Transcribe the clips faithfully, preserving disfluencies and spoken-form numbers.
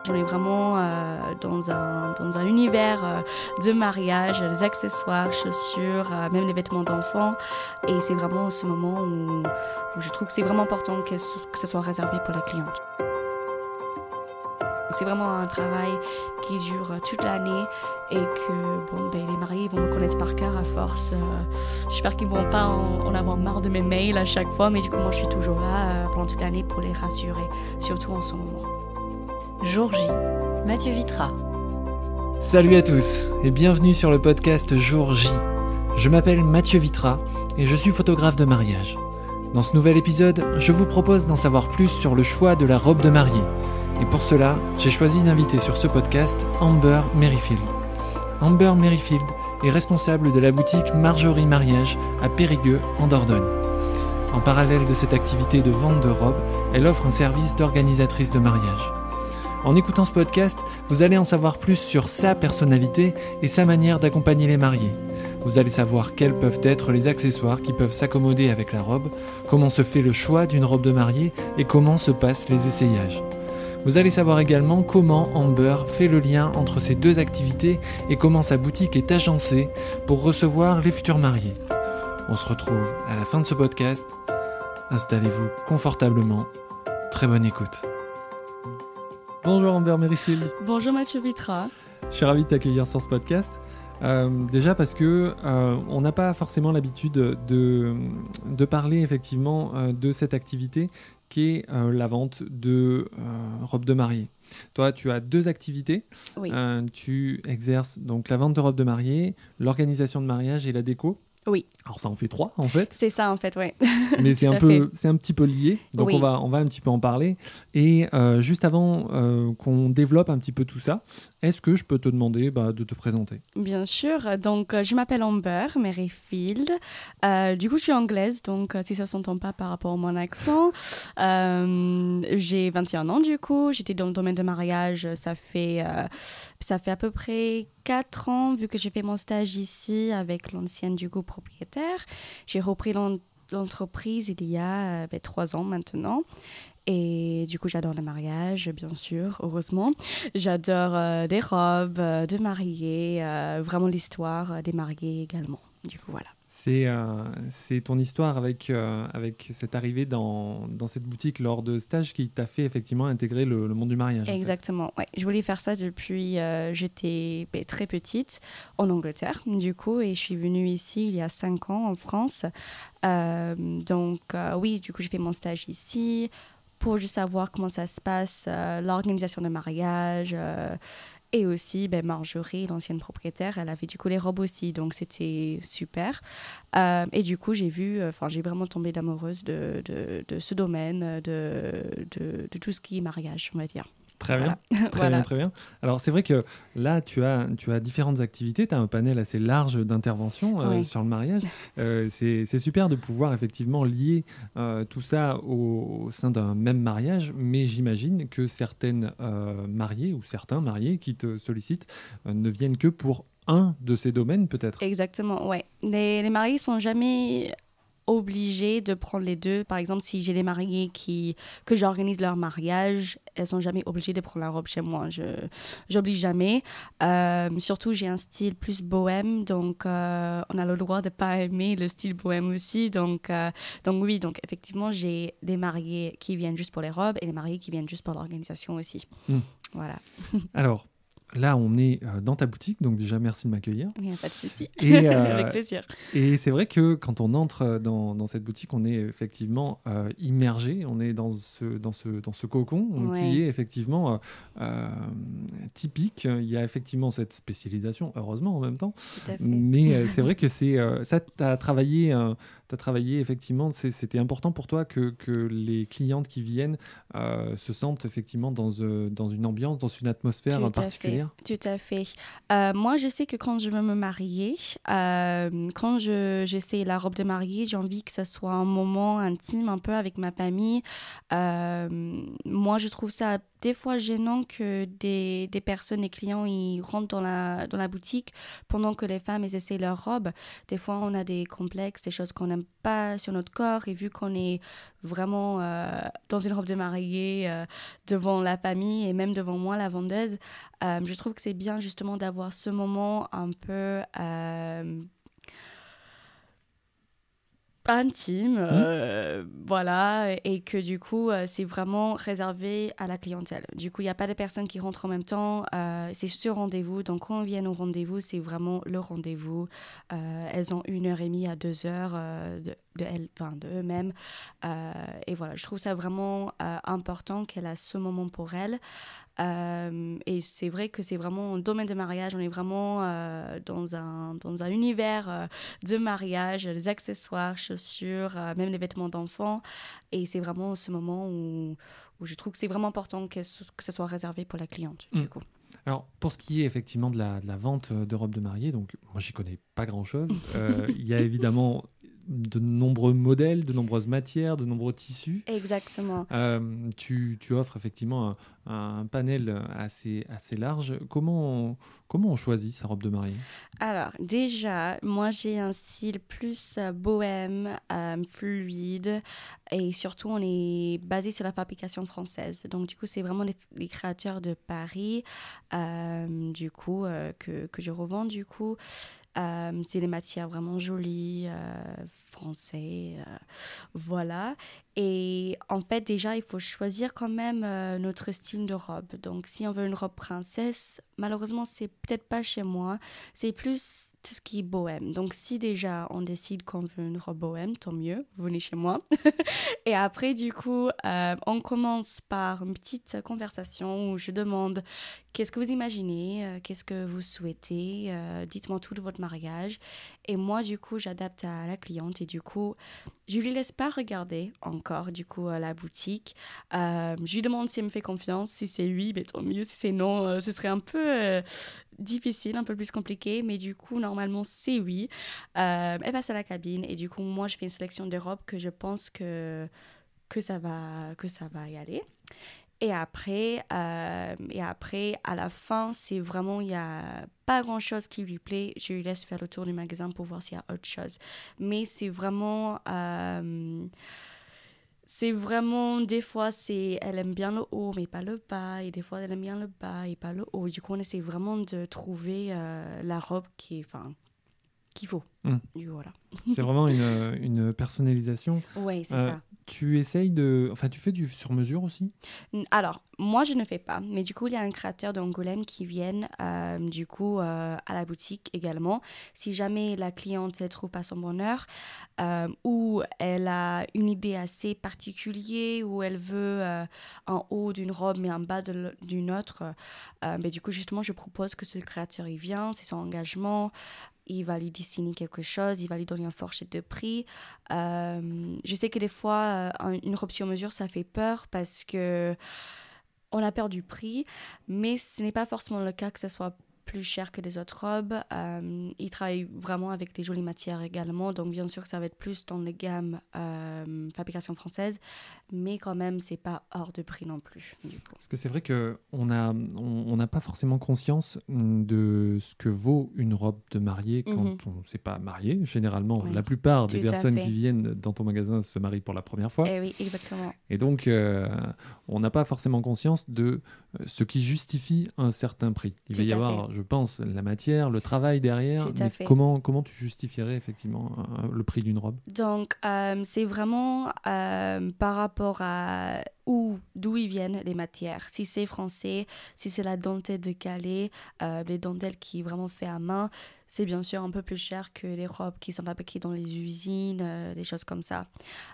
On est vraiment euh, dans, un, dans un univers euh, de mariage, les accessoires, chaussures, euh, même les vêtements d'enfants. Et c'est vraiment ce moment où, où je trouve que c'est vraiment important que ce, que ce soit réservé pour la cliente. C'est vraiment un travail qui dure toute l'année et que bon, ben, les mariés vont me connaître par cœur à force. Euh, j'espère qu'ils ne vont pas en, en avoir marre de mes mails à chaque fois, mais du coup, moi, je suis toujours là euh, pendant toute l'année pour les rassurer, surtout en ce moment. Jour J, Mathieu Vitra. Salut à tous et bienvenue sur le podcast Jour J. Je m'appelle Mathieu Vitra et je suis photographe de mariage. Dans ce nouvel épisode, je vous propose d'en savoir plus sur le choix de la robe de mariée. Et pour cela, j'ai choisi d'inviter sur ce podcast Amber Merrifield. Amber Merrifield est responsable de la boutique Marjorie Mariage à Périgueux, en Dordogne. En parallèle de cette activité de vente de robes, elle offre un service d'organisatrice de mariage. En écoutant ce podcast, vous allez en savoir plus sur sa personnalité et sa manière d'accompagner les mariés. Vous allez savoir quels peuvent être les accessoires qui peuvent s'accommoder avec la robe, comment se fait le choix d'une robe de mariée et comment se passent les essayages. Vous allez savoir également comment Amber fait le lien entre ces deux activités et comment sa boutique est agencée pour recevoir les futurs mariés. On se retrouve à la fin de ce podcast. Installez-vous confortablement. Très bonne écoute. Bonjour Amber Merrifield. Bonjour Mathieu Vitra. Je suis ravi de t'accueillir sur ce podcast. Euh, déjà parce que euh, on n'a pas forcément l'habitude de, de parler effectivement euh, de cette activité qui est euh, la vente de euh, robes de mariée. Toi, tu as deux activités. Oui. Euh, tu exerces donc la vente de robes de mariée, l'organisation de mariage et la déco. Oui. Alors ça en fait trois en fait. C'est ça en fait, oui. Mais c'est un peu, c'est un petit peu lié. Donc oui. on va, on va un petit peu en parler. Et euh, juste avant euh, qu'on développe un petit peu tout ça, est-ce que je peux te demander bah, de te présenter ? Bien sûr. Donc euh, je m'appelle Amber Merrifield. Euh, du coup je suis anglaise, donc euh, si ça s'entend pas par rapport à mon accent. Euh, j'ai vingt et un ans du coup. J'étais dans le domaine de mariage. Ça fait, euh, ça fait à peu près quatre ans vu que j'ai fait mon stage ici avec l'ancienne du coup propriétaire. J'ai repris l'en- l'entreprise il y a euh, ben, trois ans maintenant. Et du coup, j'adore le mariage, bien sûr, heureusement. J'adore euh, les robes euh, de mariés, euh, vraiment l'histoire euh, des mariés également. Du coup, voilà. C'est, euh, c'est ton histoire avec, euh, avec cette arrivée dans, dans cette boutique lors de stage qui t'a fait effectivement intégrer le, le monde du mariage. Exactement, ouais. Je voulais faire ça depuis euh, j'étais ben, très petite en Angleterre, du coup, et je suis venue ici il y a cinq ans en France. Euh, donc, euh, oui, du coup, j'ai fait mon stage ici pour juste savoir comment ça se passe, euh, l'organisation de mariage. Euh, Et aussi, ben, Marjorie, l'ancienne propriétaire, elle avait du coup les robes aussi, donc c'était super. Euh, et du coup, j'ai vu, enfin, j'ai vraiment tombé amoureuse de, de, de ce domaine, de, de, de tout ce qui est mariage, on va dire. Très bien, Voilà. très Voilà. bien, très bien. Alors c'est vrai que là, tu as, tu as différentes activités, tu as un panel assez large d'interventions euh, Oui. sur le mariage. Euh, c'est, c'est super de pouvoir effectivement lier euh, tout ça au, au sein d'un même mariage, mais j'imagine que certaines euh, mariées ou certains mariés qui te sollicitent euh, ne viennent que pour un de ces domaines peut-être. Exactement, ouais. Les, les mariés sont jamais obligées de prendre les deux. Par exemple, si j'ai des mariés qui, que j'organise leur mariage, elles sont jamais obligées de prendre la robe chez moi. Je j'oblige jamais. Euh, surtout, j'ai un style plus bohème, donc euh, on a le droit de pas aimer le style bohème aussi. Donc, euh, donc oui, donc effectivement, j'ai des mariés qui viennent juste pour les robes et des mariés qui viennent juste pour l'organisation aussi. Mmh. Voilà. Alors, là, on est euh, dans ta boutique, donc déjà merci de m'accueillir. Il n'y a pas de souci. Et, euh, Avec plaisir. Et c'est vrai que quand on entre dans, dans cette boutique, on est effectivement euh, immergé, on est dans ce, dans ce, dans ce cocon Ouais. qui est effectivement euh, euh, typique. Il y a effectivement cette spécialisation, heureusement en même temps. Tout à fait. Mais euh, c'est vrai que c'est, euh, ça, tu as travaillé, euh, t'as travaillé effectivement, c'est, c'était important pour toi que, que les clientes qui viennent euh, se sentent effectivement dans, euh, dans une ambiance, dans une atmosphère Tout à particulière. fait, tout à fait. Euh, moi, je sais que quand je veux me marier, euh, quand je, j'essaie la robe de mariée, j'ai envie que ce soit un moment intime un peu avec ma famille. Euh, moi, je trouve ça des fois gênant que des, des personnes, des clients, ils rentrent dans la, dans la boutique pendant que les femmes, elles essaient leurs robes. Des fois, on a des complexes, des choses qu'on n'aime pas sur notre corps. Et vu qu'on est vraiment euh, dans une robe de mariée, euh, devant la famille et même devant moi, la vendeuse, euh, je trouve que c'est bien justement d'avoir ce moment un peu... Euh, intime, euh, mmh. voilà, et que du coup, euh, c'est vraiment réservé à la clientèle. Du coup, il n'y a pas de personnes qui rentrent en même temps, euh, c'est sur rendez-vous, donc quand on vient au rendez-vous, c'est vraiment le rendez-vous. Euh, elles ont une heure et demie à deux heures euh, de, de, elles, enfin, de eux-mêmes, euh, et voilà, je trouve ça vraiment euh, important qu'elle a ce moment pour elle. Euh, et c'est vrai que c'est vraiment un domaine de mariage, on est vraiment euh, dans, un, dans un univers euh, de mariage, les accessoires, chaussures, euh, même les vêtements d'enfants. Et c'est vraiment ce moment où, où je trouve que c'est vraiment important que ce, que ce soit réservé pour la cliente, mmh. du coup. Alors, pour ce qui est effectivement de la, de la vente de robes de mariée, donc moi, j'y connais pas grand-chose. Euh, il y a évidemment de nombreux modèles, de nombreuses matières, de nombreux tissus. Exactement. Euh, tu, tu offres effectivement un, un panel assez, assez large. Comment on, comment on choisit sa robe de mariée ? Alors, déjà, moi, j'ai un style plus euh, bohème, euh, fluide, et surtout, on est basé sur la fabrication française. Donc, du coup, c'est vraiment les, les créateurs de Paris, euh, du coup, euh, que, que je revends, du coup. Euh, c'est des matières vraiment jolies, euh, français, euh, voilà. Et en fait, déjà, il faut choisir quand même euh, notre style de robe. Donc, si on veut une robe princesse, malheureusement, c'est peut-être pas chez moi. C'est plus tout ce qui est bohème. Donc, si déjà on décide qu'on veut une robe bohème, tant mieux, vous venez chez moi. Et après, du coup, euh, on commence par une petite conversation où je demande qu'est-ce que vous imaginez, euh, qu'est-ce que vous souhaitez, euh, dites-moi tout de votre mariage. Et moi, du coup, j'adapte à la cliente et du coup, je lui laisse pas regarder encore, du coup, à la boutique. Euh, je lui demande si elle me fait confiance. Si c'est oui, ben, tant mieux. Si c'est non, euh, ce serait un peu euh, difficile, un peu plus compliqué. Mais du coup, normalement, c'est oui. Euh, elle passe à la cabine et du coup, moi, je fais une sélection de robes que je pense que, que, ça, va, que ça va y aller. Et après, euh, et après, à la fin, c'est vraiment, il n'y a pas grand-chose qui lui plaît. Je lui laisse faire le tour du magasin pour voir s'il y a autre chose. Mais c'est vraiment... Euh, c'est vraiment, des fois, c'est, elle aime bien le haut, mais pas le bas. Et des fois, elle aime bien le bas et pas le haut. Du coup, on essaie vraiment de trouver euh, la robe qui, enfin, qu'il faut. Mmh. Voilà. C'est vraiment une, une personnalisation. Oui, c'est euh, ça. Tu essayes de... Enfin, tu fais du sur-mesure aussi ? Alors, moi, je ne fais pas. Mais du coup, il y a un créateur d'Angoulême qui vient, euh, du coup, euh, à la boutique également. Si jamais la cliente ne trouve pas son bonheur, euh, ou elle a une idée assez particulière, ou elle veut euh, en haut d'une robe, mais en bas de d'une autre, euh, mais du coup, justement, je propose que ce créateur, il vient, c'est son engagement. Il va lui dessiner quelque chose, il va lui donner un fourchette de prix. Euh, je sais que des fois, une robe sur mesure, ça fait peur parce que on a peur du prix, mais ce n'est pas forcément le cas que ce soit plus cher que les autres robes. Euh, il travaille vraiment avec des jolies matières également, donc bien sûr que ça va être plus dans les gammes euh, fabrication française, mais quand même, c'est pas hors de prix non plus. Du coup. Parce que c'est vrai qu'on n'a on, on pas forcément conscience de ce que vaut une robe de mariée quand mm-hmm. on ne s'est pas marié. Généralement, oui. La plupart des personnes qui viennent dans ton magasin se marient pour la première fois. Eh oui, exactement. Et donc, euh, on n'a pas forcément conscience de ce qui justifie un certain prix. Il Tout va y avoir, fait. je pense, la matière, le travail derrière. Tout mais comment, comment tu justifierais effectivement euh, le prix d'une robe ? Donc, euh, c'est vraiment euh, par rapport à où, d'où ils viennent les matières. Si c'est français, si c'est la dentelle de Calais, euh, les dentelles qui est vraiment fait à main, c'est bien sûr un peu plus cher que les robes qui sont fabriquées dans les usines, euh, des choses comme ça.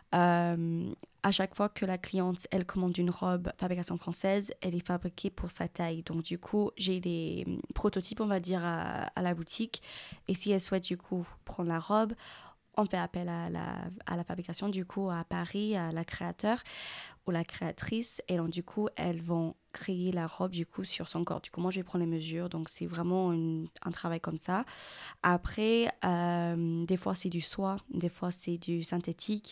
Euh, à chaque fois que la cliente, elle commande une robe fabrication française, elle est fabriquée pour sa taille. Donc du coup, j'ai des prototypes, on va dire, à, à la boutique. Et si elle souhaite du coup prendre la robe, on fait appel à la, à la fabrication, du coup, à Paris, à la créateur ou la créatrice. Et donc, du coup, elles vont créer la robe, du coup, sur son corps. Du coup, moi, je vais prendre les mesures. Donc, c'est vraiment une, un travail comme ça. Après, euh, des fois, c'est du soie. Des fois, c'est du synthétique.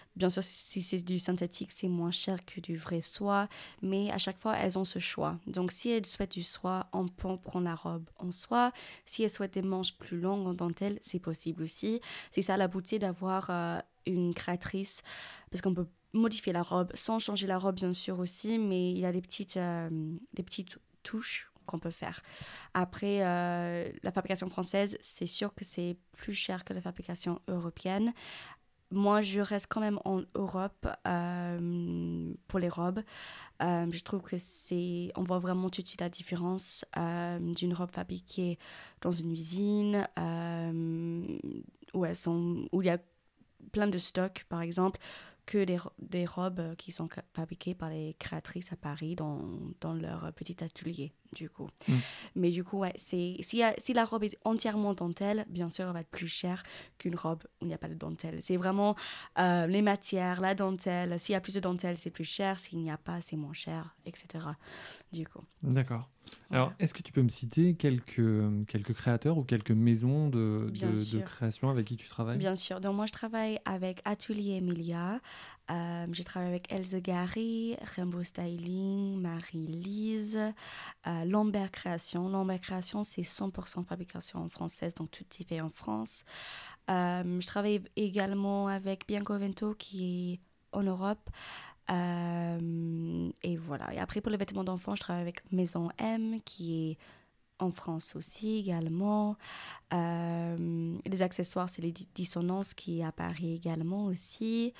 Bien sûr, si c'est du synthétique, c'est moins cher que du vrai soie, mais à chaque fois, elles ont ce choix. Donc, si elles souhaitent du soie, on peut prendre la robe en soie. Si elles souhaitent des manches plus longues en dentelle, c'est possible aussi. C'est ça la beauté d'avoir euh, une créatrice, parce qu'on peut modifier la robe, sans changer la robe, bien sûr aussi, mais il y a des petites, euh, des petites touches qu'on peut faire. Après, euh, la fabrication française, c'est sûr que c'est plus cher que la fabrication européenne. Moi, je reste quand même en Europe euh, pour les robes. Euh, je trouve que c'est... On voit vraiment tout de suite la différence euh, d'une robe fabriquée dans une usine euh, où, elles sont, où il y a plein de stocks, par exemple, que des, des robes qui sont fabriquées par les créatrices à Paris dans, dans leur petit atelier, du coup. Mm. Mais du coup, ouais, c'est, si, y a, si la robe est entièrement dentelle, bien sûr, elle va être plus chère qu'une robe où il n'y a pas de dentelle. C'est vraiment euh, les matières, la dentelle. S'il y a plus de dentelle, c'est plus cher. S'il n'y a pas, c'est moins cher, et cetera. Du coup. D'accord. Alors, voilà. Est-ce que tu peux me citer quelques, quelques créateurs ou quelques maisons de, de, de création avec qui tu travailles ? Bien sûr. Donc, moi, je travaille avec Atelier Emilia. Euh, je travaille avec Else Gary, Rainbow Styling, Marie-Lise, euh, Lambert Création. Lambert Création, c'est cent pour cent fabrication française, donc tout est fait en France. Euh, je travaille également avec Bianco Vento, qui est en Europe. Euh, et voilà. Et après, pour les vêtements d'enfants, je travaille avec Maison M, qui est en France aussi également. Euh, les accessoires, c'est les Dissonances, qui est à Paris également aussi.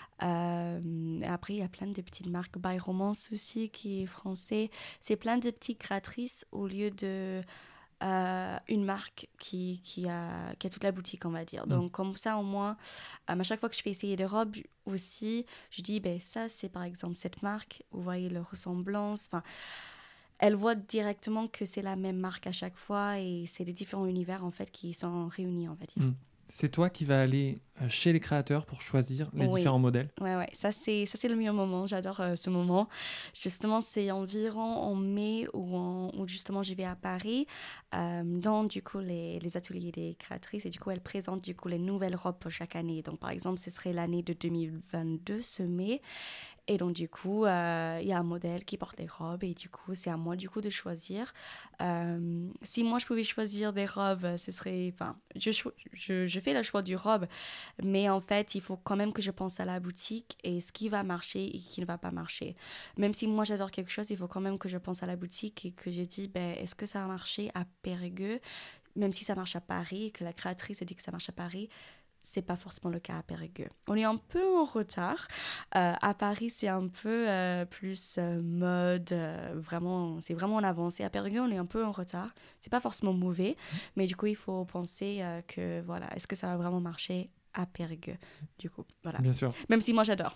Euh, après, il y a plein de petites marques. By Romance aussi, qui est français. C'est plein de petites créatrices au lieu de... Euh, une marque qui, qui, a, qui a toute la boutique, on va dire. Donc, mmh. comme ça, au moins, euh, à chaque fois que je fais essayer des robes aussi, je dis, ben, ça, c'est par exemple cette marque. Vous voyez leur ressemblance. Enfin, elle voit directement que c'est la même marque à chaque fois et c'est les différents univers, en fait, qui sont réunis, on va dire. Mmh. C'est toi qui vas aller chez les créateurs pour choisir les oui. différents modèles. Ouais, ouais. Ça, c'est, ça, c'est le meilleur moment. J'adore euh, ce moment. Justement, c'est environ en mai où, en, où justement, je vais à Paris euh, dans, du coup, les, les ateliers des créatrices. Et du coup, elles présentent, du coup, les nouvelles robes pour chaque année. Donc, par exemple, ce serait l'année de deux mille vingt-deux, ce mai. Et donc, du coup, il euh, y a un modèle qui porte les robes. Et du coup, c'est à moi, du coup, de choisir. Euh, si moi, je pouvais choisir des robes, ce serait... Enfin, je, je, je fais le choix du robe. Mais en fait, il faut quand même que je pense à la boutique et ce qui va marcher et qui ne va pas marcher. Même si moi, j'adore quelque chose, il faut quand même que je pense à la boutique et que je dis, ben, est-ce que ça va marcher à Périgueux ? Même si ça marche à Paris et que la créatrice a dit que ça marche à Paris, c'est pas forcément le cas à Périgueux. On est un peu en retard. Euh, à Paris, c'est un peu euh, plus euh, mode, euh, vraiment, c'est vraiment en avance. Et à Périgueux, on est un peu en retard. C'est pas forcément mauvais, mais du coup, il faut penser euh, que, voilà, est-ce que ça va vraiment marcher à Périgueux, du coup, voilà. Bien sûr. Même si moi, j'adore.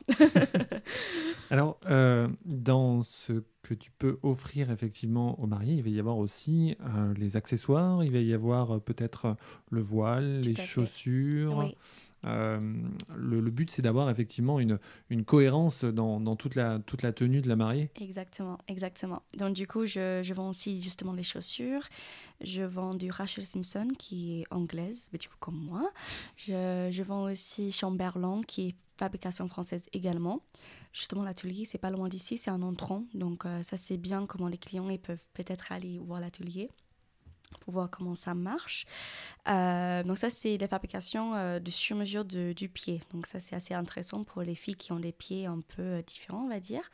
Alors, euh, dans ce que tu peux offrir effectivement aux mariés, il va y avoir aussi euh, les accessoires, il va y avoir euh, peut-être le voile, Tout les chaussures. Oui. Euh, le, le but, c'est d'avoir effectivement une, une cohérence dans, dans toute, la, toute la tenue de la mariée. Exactement, exactement. Donc du coup, je, je vends aussi justement les chaussures. Je vends du Rachel Simpson, qui est anglaise, mais du coup comme moi. Je, je vends aussi Chamberlain, qui est fabrication française également. Justement, l'atelier, c'est pas loin d'ici, c'est un entrant. Donc euh, ça, c'est bien comment les clients ils peuvent peut-être aller voir l'atelier pour voir comment ça marche. Euh, donc ça, c'est des fabrications euh, de sur-mesure de, du pied. Donc ça, c'est assez intéressant pour les filles qui ont des pieds un peu euh, différents, on va dire.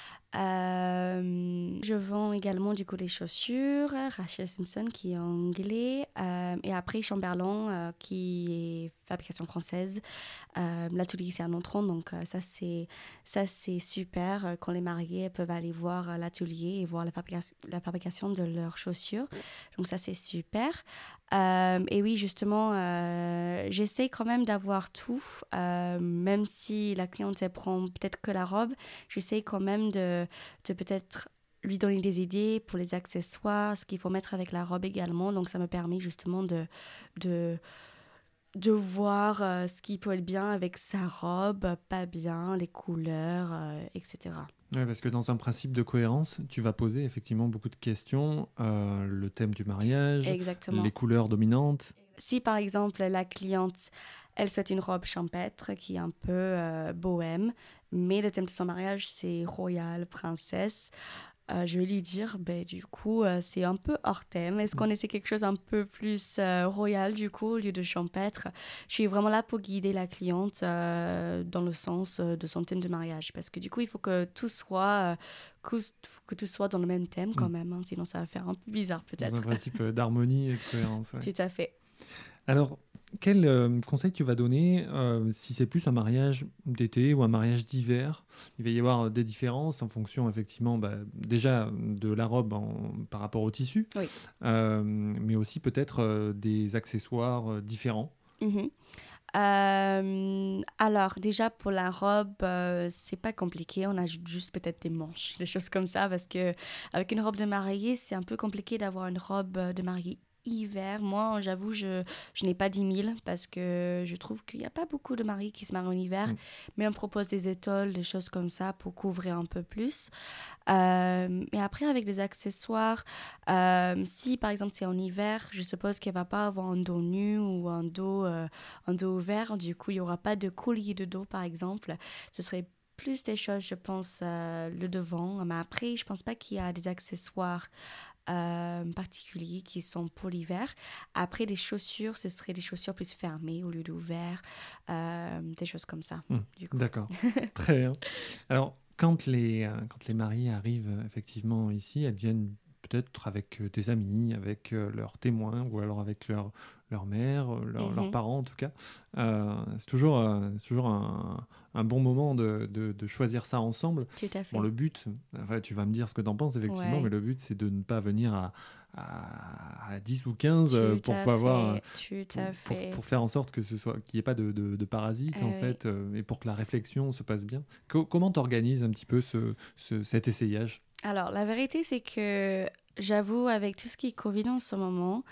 Euh, je vends également du coup les chaussures, Rachel Simpson qui est anglais, euh, et après Chamberlain euh, qui est fabrication française. Euh, l'atelier c'est un entrant, donc euh, ça c'est ça c'est super euh, quand les mariés peuvent aller voir euh, l'atelier et voir la fabrication la fabrication de leurs chaussures. Donc ça c'est super. Euh, et oui, justement, euh, j'essaie quand même d'avoir tout, euh, même si la cliente elle prend peut-être que la robe, j'essaie quand même de, de peut-être lui donner des idées pour les accessoires, ce qu'il faut mettre avec la robe également. Donc ça me permet justement de, de, de voir euh, ce qui peut être bien avec sa robe, pas bien, les couleurs, euh, et cetera. Oui, parce que dans un principe de cohérence, tu vas poser effectivement beaucoup de questions, euh, le thème du mariage, Exactement. les couleurs dominantes. Si par exemple la cliente, elle souhaite une robe champêtre qui est un peu euh, bohème, mais le thème de son mariage, c'est royal, princesse. Euh, je vais lui dire, ben, du coup, euh, c'est un peu hors thème. Est-ce qu'on essaie quelque chose un peu plus euh, royal, du coup, au lieu de champêtre? Je suis vraiment là pour guider la cliente euh, dans le sens euh, de son thème de mariage. Parce que, du coup, il faut que tout soit, euh, que, que tout soit dans le même thème quand Mm. même. Hein, sinon, ça va faire un peu bizarre, peut-être. Dans un principe d'harmonie et de cohérence. Ouais. Tout à fait. Alors, quel euh, conseil tu vas donner euh, si c'est plus un mariage d'été ou un mariage d'hiver? Il va y avoir des différences en fonction, effectivement, bah, déjà de la robe en, par rapport au tissu, Oui. euh, mais aussi peut-être euh, des accessoires euh, différents. Mm-hmm. Euh, alors, déjà pour la robe, euh, c'est pas compliqué. On ajoute juste peut-être des manches, des choses comme ça, parce que avec une robe de mariée, c'est un peu compliqué d'avoir une robe de mariée hiver. Moi, j'avoue, je, je n'ai pas dix mille parce que je trouve qu'il n'y a pas beaucoup de mariés qui se marient en hiver, Mm. mais on propose des étoiles, des choses comme ça pour couvrir un peu plus. Euh, mais après, avec des accessoires, euh, si par exemple c'est en hiver, je suppose qu'elle va pas avoir un dos nu ou un dos, euh, un dos ouvert. Du coup, il n'y aura pas de collier de dos, par exemple. Ce serait plus des choses, je pense, euh, le devant. Mais après, je pense pas qu'il y a des accessoires euh, particuliers qui sont pour l'hiver. Après, des chaussures, ce serait des chaussures plus fermées au lieu d'ouvertes, euh, des choses comme ça. Mmh, du coup. D'accord, très bien. Alors, quand les, euh, quand les mariés arrivent euh, effectivement ici, elles viennent peut-être avec euh, des amis, avec euh, leurs témoins ou alors avec leur, leur mère, euh, leur- Mhm. leurs parents en tout cas. Euh, c'est toujours, euh, c'est toujours un, un bon moment de, de, de choisir ça ensemble. Tout à fait. Bon, le but, enfin, tu vas me dire ce que tu en penses effectivement, Ouais. mais le but c'est de ne pas venir à, à, à dix ou quinze euh, Tout pour à pas avoir... fait, tout à Pour, pour, fait. pour faire en sorte que ce soit qu'il n'y ait pas de, de, de parasites Euh, en oui. fait euh, et pour que la réflexion se passe bien. Co- comment t'organises un petit peu ce, ce, cet essayage? Alors, la vérité, c'est que j'avoue, avec tout ce qui est Covid en ce moment,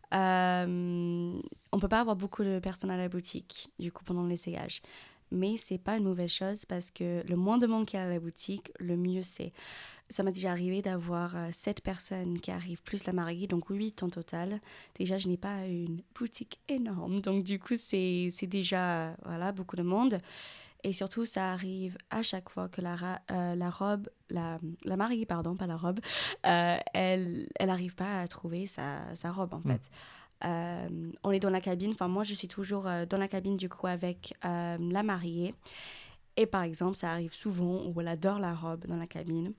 euh, on peut pas avoir beaucoup de personnes à la boutique, du coup, pendant l'essayage. Mais c'est pas une mauvaise chose parce que le moins de monde qu'il y a à la boutique, le mieux c'est. Ça m'est déjà arrivé d'avoir euh, sept personnes qui arrivent, plus la mariée, donc huit en total. Déjà, je n'ai pas une boutique énorme, donc du coup, c'est, c'est déjà, voilà, beaucoup de monde. Et surtout, ça arrive à chaque fois que la, ra- euh, la robe, la, la mariée, pardon, pas la robe, euh, elle elle n'arrive pas à trouver sa, sa robe, en Mm. fait. Euh, on est dans la cabine, enfin moi je suis toujours euh, dans la cabine du coup avec euh, la mariée. Et par exemple, ça arrive souvent où elle adore la robe dans la cabine.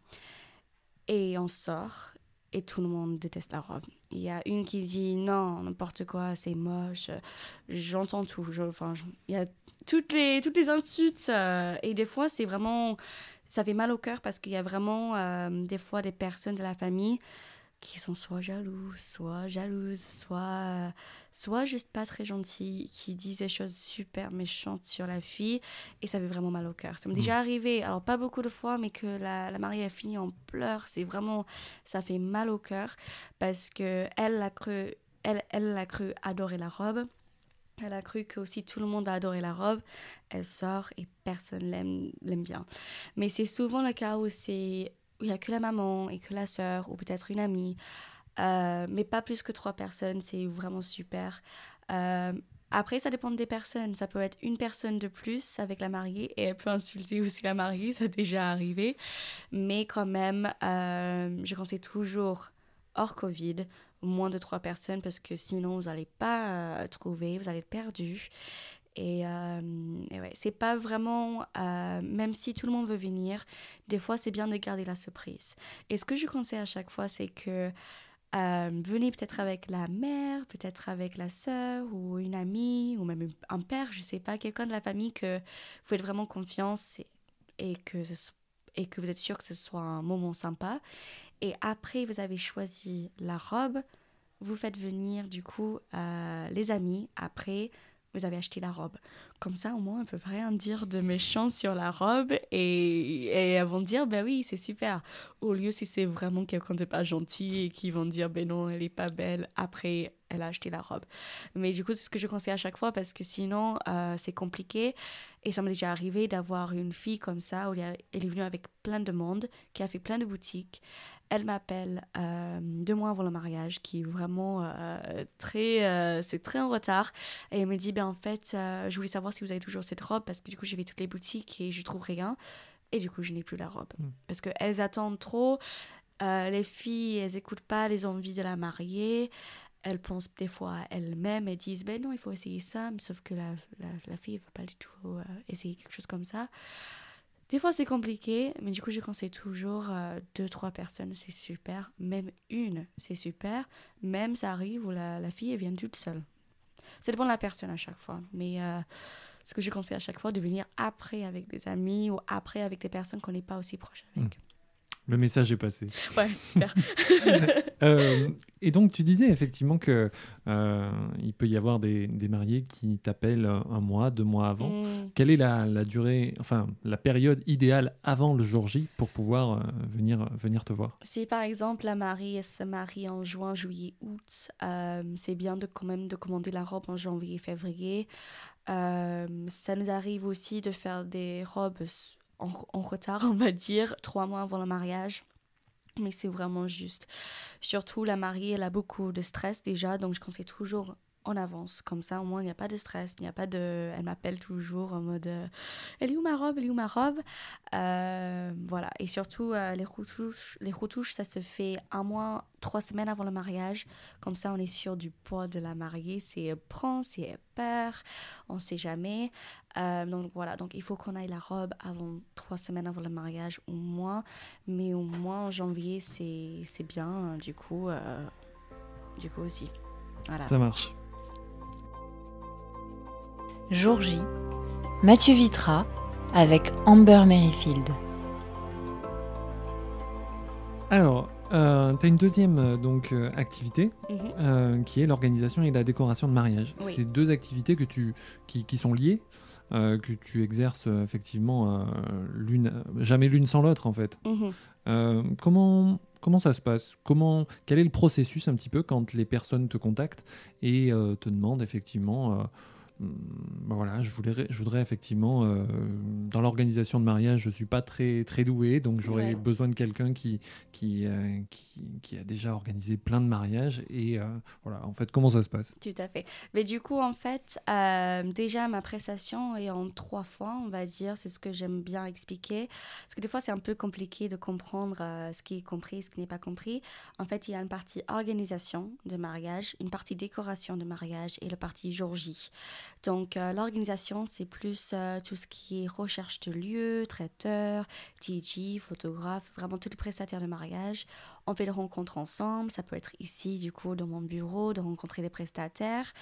Et on sort et tout le monde déteste la robe. Il y a une qui dit non, n'importe quoi, c'est moche. J'entends tout. Je- enfin, je- il y a toutes les, toutes les insultes. euh, et des fois, c'est vraiment. Ça fait mal au cœur parce qu'il y a vraiment euh, des fois des personnes de la famille qui sont soit jaloux, soit jalouses, soit, euh, soit juste pas très gentilles, qui disent des choses super méchantes sur la fille, et ça fait vraiment mal au cœur. Ça m'est Mm. déjà arrivé, alors pas beaucoup de fois, mais que la, la mariée a fini en pleurs, c'est vraiment, ça fait mal au cœur, parce que elle a cru, elle, elle a cru adorer la robe. Elle a cru que aussi tout le monde va adorer la robe. Elle sort et personne l'aime, l'aime bien. Mais c'est souvent le cas où c'est où il n'y a que la maman et que la sœur ou peut-être une amie, euh, mais pas plus que trois personnes, c'est vraiment super. Euh, après, ça dépend des personnes. Ça peut être une personne de plus avec la mariée et elle peut insulter aussi la mariée, ça a déjà arrivé. Mais quand même, euh, je conseille toujours hors Covid, moins de trois personnes parce que sinon vous n'allez pas euh, trouver, vous allez être perdu. Et, euh, et ouais, c'est pas vraiment, euh, même si tout le monde veut venir, des fois c'est bien de garder la surprise. Et ce que je conseille à chaque fois, c'est que euh, venez peut-être avec la mère, peut-être avec la sœur ou une amie ou même un père, je sais pas, quelqu'un de la famille que vous faites vraiment confiance et, et que ce soit et que vous êtes sûr que ce soit un moment sympa. Et après, vous avez choisi la robe, vous faites venir du coup euh, les amis. Après, vous avez acheté la robe. Comme ça, au moins, on peut rien dire de méchant sur la robe et, et elles vont dire, ben oui, c'est super. Au lieu, si c'est vraiment quelqu'un de pas gentil et qui vont dire, ben non, elle est pas belle, après, elle a acheté la robe. Mais du coup, c'est ce que je conseille à chaque fois parce que sinon, euh, c'est compliqué. Et ça m'est déjà arrivé d'avoir une fille comme ça, où elle est venue avec plein de monde, qui a fait plein de boutiques. elle m'appelle euh, deux mois avant le mariage, qui est vraiment euh, très, euh, c'est très en retard. Et elle me dit, ben en fait, euh, je voulais savoir si vous avez toujours cette robe, parce que du coup, j'ai fait toutes les boutiques et je trouve rien. Et du coup, je n'ai plus la robe. Mm. Parce qu'elles attendent trop. Euh, les filles, elles n'écoutent pas les envies de la mariée. Elles pensent des fois à elles-mêmes. Elles disent, ben non, il faut essayer ça. Sauf que la, la, la fille ne veut pas du tout euh, essayer quelque chose comme ça. Des fois, c'est compliqué, mais du coup, je conseille toujours euh, deux, trois personnes, c'est super. Même une, c'est super. Même ça arrive où la, la fille, elle vient toute seule. Ça dépend de la personne à chaque fois. Mais euh, ce que je conseille à chaque fois, de venir après avec des amis ou après avec des personnes qu'on n'est pas aussi proche avec. Mmh. Le message est passé. Ouais, super. euh, et donc, tu disais effectivement qu'il euh, peut y avoir des, des mariés qui t'appellent un mois, deux mois avant. Mmh. Quelle est la, la durée, enfin, la période idéale avant le jour J pour pouvoir euh, venir, venir te voir? Si par exemple la mariée se marie en juin, juillet, août, euh, c'est bien de quand même de commander la robe en janvier, février. Euh, ça nous arrive aussi de faire des robes En, en retard, on va dire, trois mois avant le mariage. Mais c'est vraiment juste. Surtout, la mariée, elle a beaucoup de stress déjà, donc je conseille toujours en avance. Comme ça, au moins, il n'y a pas de stress, il n'y a pas de... Elle m'appelle toujours en mode euh, « Elle est où ma robe? Elle est où ma robe ?» euh, Voilà. Et surtout, euh, les retouches, les retouches, ça se fait un mois, trois semaines avant le mariage. Comme ça, on est sûr du poids de la mariée. Si elle prend, si elle perd, on ne sait jamais. Euh, donc voilà, donc il faut qu'on aille la robe avant trois semaines avant le mariage au moins. Mais au moins en janvier, c'est, c'est bien, du coup, euh, du coup aussi. Voilà. Ça marche. Jour J, Mathieu Vitra avec Amber Merrifield. Alors, euh, tu as une deuxième euh, donc, euh, activité mm-hmm. euh, qui est l'organisation et la décoration de mariage. Oui. C'est deux activités que tu, qui, qui sont liées, euh, que tu exerces euh, effectivement euh, l'une, jamais l'une sans l'autre en fait. Mm-hmm. Euh, comment, comment ça se passe? Comment, quel est le processus un petit peu quand les personnes te contactent et euh, te demandent effectivement... Euh, Ben voilà, je, voulais, je voudrais effectivement, euh, dans l'organisation de mariage, je ne suis pas très, très doué, donc j'aurais ouais. besoin de quelqu'un qui, qui, euh, qui, qui a déjà organisé plein de mariages. Et euh, voilà, en fait, comment ça se passe? Tout à fait. Mais du coup, en fait, euh, déjà, ma prestation est en trois fois, on va dire. C'est ce que j'aime bien expliquer. Parce que des fois, c'est un peu compliqué de comprendre euh, ce qui est compris, ce qui n'est pas compris. En fait, il y a une partie organisation de mariage, une partie décoration de mariage et la partie jour J. Donc, euh, l'organisation, c'est plus euh, tout ce qui est recherche de lieux, traiteur, D J, photographe, vraiment tous les prestataires de mariage. On fait des rencontres ensemble. Ça peut être ici, du coup, dans mon bureau, de rencontrer les prestataires.